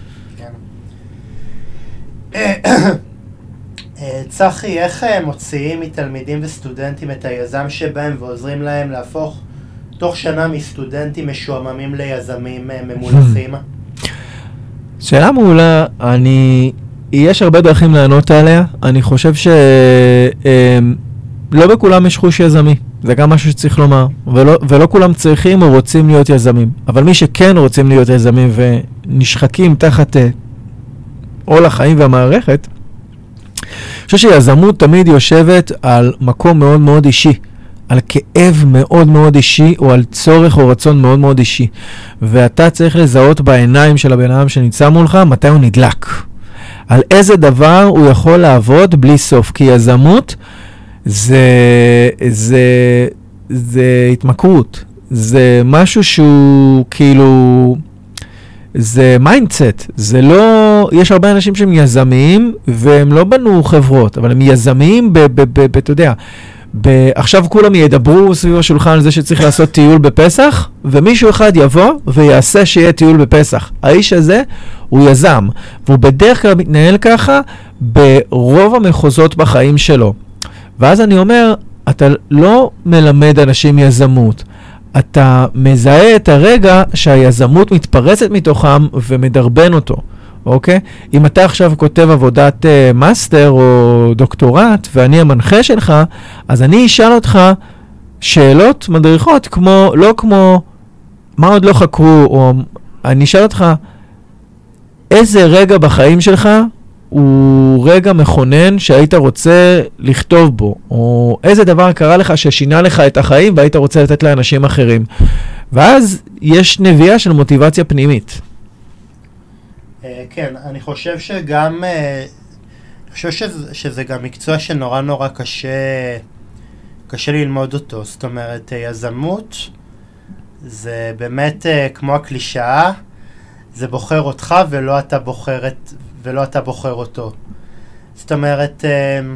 צחי, איך מוציאים מתלמידים וסטודנטים את היזם שבהם ועוזרים להם להפוך תוך שנה מסטודנטים משועממים ליזמים ממולכים? שאלה מעולה, אני... יש הרבה דרכים לענות עליה, אני חושב שלא בכולם יש חוש יזמי, זה גם משהו שצריך לומר, ולא, ולא כולם צריכים או רוצים להיות יזמים, אבל מי שכן רוצים להיות יזמים ונשחקים תחת עול החיים והמערכת, אני חושב שיזמות תמיד יושבת על מקום מאוד מאוד אישי, על כאב מאוד מאוד אישי, או על צורך או רצון מאוד מאוד אישי. ואתה צריך לזהות בעיניים של הבן אדם שנמצא מולך, מתי הוא נדלק. על איזה דבר הוא יכול לעבוד בלי סוף. כי יזמות זה, זה, זה התמכרות. זה משהו שהוא כאילו... זה מיינדסט, זה לא, יש הרבה אנשים שהם יזמיים, והם לא בנו חברות, אבל הם יזמיים ב, ב, ב, ב, אתה יודע, ב, עכשיו כולם ידברו סביב השולחן על זה שצריך לעשות טיול בפסח, ומישהו אחד יבוא ויעשה שיהיה טיול בפסח. האיש הזה הוא יזם, והוא בדרך כלל מתנהל ככה ברוב המחוזות בחיים שלו. ואז אני אומר, אתה לא מלמד אנשים יזמות, אתה מזהה את הרגע שהיזמות מתפרצת מתוכם ומדרבן אותו, אוקיי? אם אתה עכשיו כותב עבודת uh, מאסטר או דוקטורט ואני המנחה שלך, אז אני אשאל אותך שאלות מדריכות, כמו, לא כמו מה עוד לא חקרו, או אני אשאל אותך איזה רגע בחיים שלך הוא רגע מכונן שהיית רוצה לכתוב בו, או איזה דבר קרה לך ששינה לך את החיים והיית רוצה לתת לאנשים אחרים. ואז יש נביאה של מוטיבציה פנימית. כן, אני חושב שגם, אני חושב שזה, שזה גם מקצוע שנורא נורא קשה, קשה ללמוד אותו. זאת אומרת, יזמות זה באמת כמו הקלישאה, זה בוחר אותך ולא אתה בוחר את... ולא אתה בוחר אותו. זאת אומרת,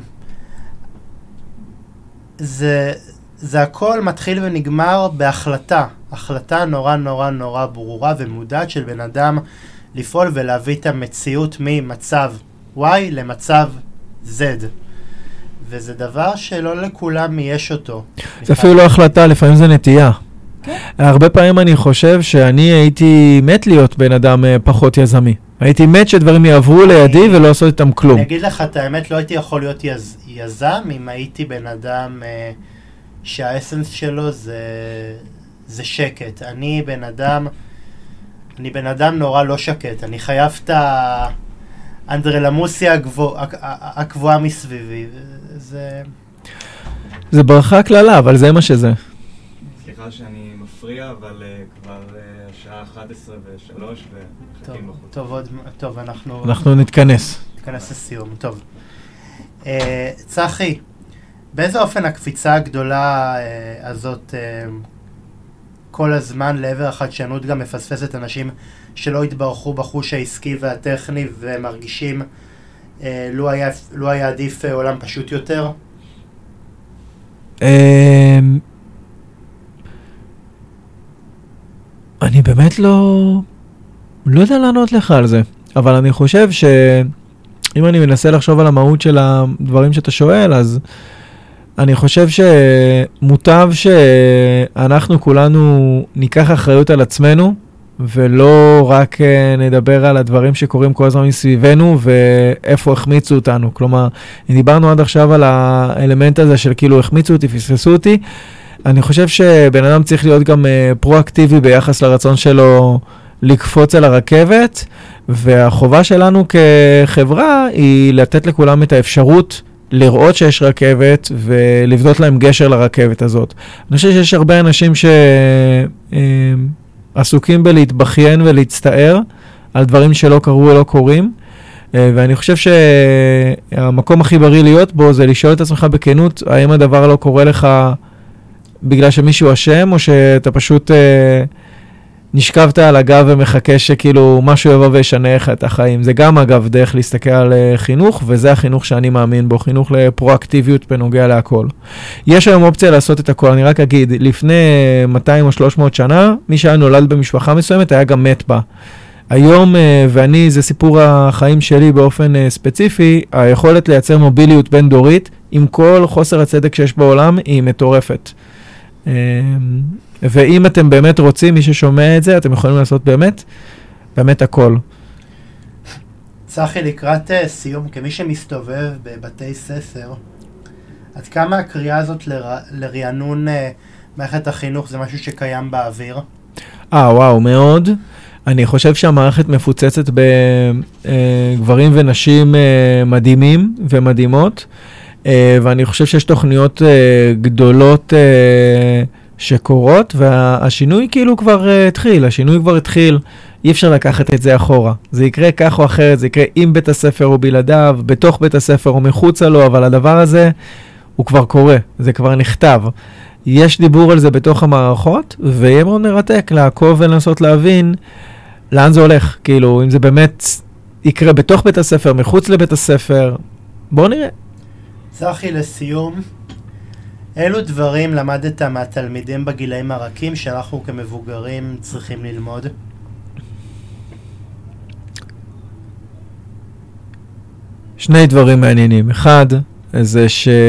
זה, זה הכל מתחיל ונגמר בהחלטה. החלטה נורא נורא נורא ברורה ומודעת של בן אדם לפעול ולהביא את המציאות ממצב Y למצב Z. וזה דבר שלא לכולם יש אותו. זה אפילו לא החלטה, לפעמים זה נטייה. הרבה פעמים אני חושב שאני הייתי מת להיות בן אדם פחות יזמי. הייתי מת שדברים יעברו לידי ולא לעשות איתם כלום. אני אגיד לך את האמת, לא הייתי יכול להיות יז, יזם אם הייתי בן אדם אה, שהאסנס שלו זה, זה שקט. אני בן אדם, אני בן אדם נורא לא שקט. אני חייב את האנדרלמוסיה הגבוה, הקבועה מסביבי. זה... זה ברכה כללה, אבל זה מה שזה. סליחה שאני מפריע, אבל uh, כבר uh, שעה אחת עשרה ושלוש ומחכים בחוץ. טוב, עוד, טוב, אנחנו... אנחנו נתכנס. נתכנס לסיום, טוב. Uh, צחי, באיזה אופן הקפיצה הגדולה uh, הזאת uh, כל הזמן לעבר החדשנות גם מפספסת אנשים שלא התברכו בחוש העסקי והטכני ומרגישים uh, לו היה, לו היה עדיף uh, עולם פשוט יותר? אני באמת לא, לא יודע לענות לך על זה, אבל אני חושב שאם אני מנסה לחשוב על המהות של הדברים שאתה שואל, אז אני חושב שמוטב שאנחנו כולנו ניקח אחריות על עצמנו, ולא רק נדבר על הדברים שקורים כל הזמן מסביבנו, ואיפה החמיצו אותנו. כלומר, דיברנו עד עכשיו על האלמנט הזה של כאילו החמיצו אותי, פספסו אותי, אני חושב שבן אדם צריך להיות גם uh, פרואקטיבי ביחס לרצון שלו לקפוץ על הרכבת, והחובה שלנו כחברה היא לתת לכולם את האפשרות לראות שיש רכבת ולבנות להם גשר לרכבת הזאת. אני חושב שיש הרבה אנשים שעסוקים בלהתבכיין ולהצטער על דברים שלא קרו ולא קורים, ואני חושב שהמקום הכי בריא להיות בו זה לשאול את עצמך בכנות, האם הדבר לא קורה לך בגלל שמישהו אשם, או שאתה פשוט נשכבת על הגב ומחכה שכאילו משהו יבוא וישנה לך את החיים. זה גם אגב דרך להסתכל על חינוך, וזה החינוך שאני מאמין בו, חינוך לפרואקטיביות בנוגע להכל. יש היום אופציה לעשות את הכל, אני רק אגיד, לפני מאתיים או שלוש מאות שנה, מי שהיה נולד במשפחה מסוימת היה גם מת בה. היום, ואני, זה סיפור החיים שלי באופן ספציפי, היכולת לייצר מוביליות בין דורית, עם כל חוסר הצדק שיש בעולם, היא מטורפת. ואם אתם באמת רוצים, מי ששומע את זה, אתם יכולים לעשות באמת, באמת הכל. צחי, לקראת סיום, כמי שמסתובב בבתי ספר, עד כמה הקריאה הזאת ל... לרענון מערכת החינוך זה משהו שקיים באוויר? אה, וואו, מאוד. אני חושב שהמערכת מפוצצת בגברים ונשים מדהימים ומדהימות, ואני חושב שיש תוכניות גדולות שקורות, והשינוי כאילו כבר התחיל, השינוי כבר התחיל, אי אפשר לקחת את זה אחורה. זה יקרה כך או אחרת, זה יקרה עם בית הספר או בלעדיו, בתוך בית הספר או מחוצה לו, אבל הדבר הזה הוא כבר קורה, זה כבר נכתב. יש דיבור על זה בתוך המערכות, ויהיה מאוד מרתק לעקוב ולנסות להבין לאן זה הולך, כאילו, אם זה באמת יקרה בתוך בית הספר, מחוץ לבית הספר, בואו נראה. צחי, לסיום, אילו דברים למדת מהתלמידים בגילאים הרכים שאנחנו כמבוגרים צריכים ללמוד? שני דברים מעניינים. אחד, זה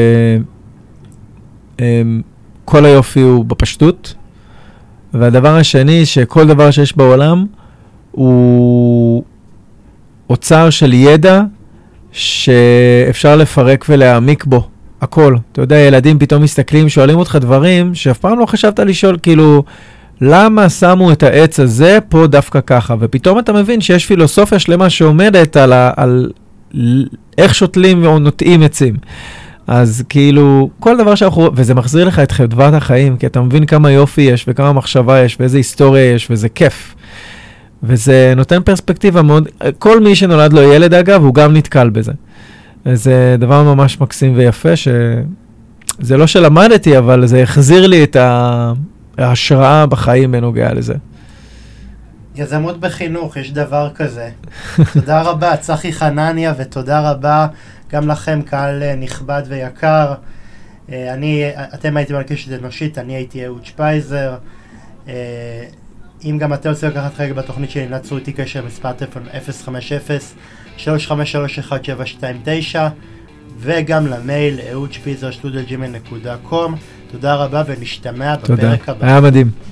שכל היופי הוא בפשטות, והדבר השני, שכל דבר שיש בעולם הוא אוצר של ידע שאפשר לפרק ולהעמיק בו. הכל. אתה יודע, ילדים פתאום מסתכלים, שואלים אותך דברים שאף פעם לא חשבת לשאול, כאילו, למה שמו את העץ הזה פה דווקא ככה? ופתאום אתה מבין שיש פילוסופיה שלמה שעומדת על, ה, על איך שותלים או נוטעים עצים. אז כאילו, כל דבר שאנחנו, וזה מחזיר לך את חדוות החיים, כי אתה מבין כמה יופי יש וכמה מחשבה יש ואיזה היסטוריה יש, וזה כיף. וזה נותן פרספקטיבה מאוד, כל מי שנולד לו ילד אגב, הוא גם נתקל בזה. וזה דבר ממש מקסים ויפה, שזה לא שלמדתי, אבל זה החזיר לי את ההשראה בחיים בנוגע לזה. יזמות בחינוך, יש דבר כזה. תודה רבה, צחי חנניה, ותודה רבה גם לכם, קהל נכבד ויקר. אני, אתם הייתם על קשת אנושית, אני הייתי אהוד שפייזר. אם גם אתם רוצים לקחת חלק בתוכנית שלי, נצרו איתי קשר מספר טלפון אפס חמש אפס שלוש חמש שלוש אחת שבע שתיים תשע, וגם למייל אהוד שפייזר שטרודל ג'ימייל נקודה קום. תודה רבה ונשתמע בפרק הבא. היה מדהים.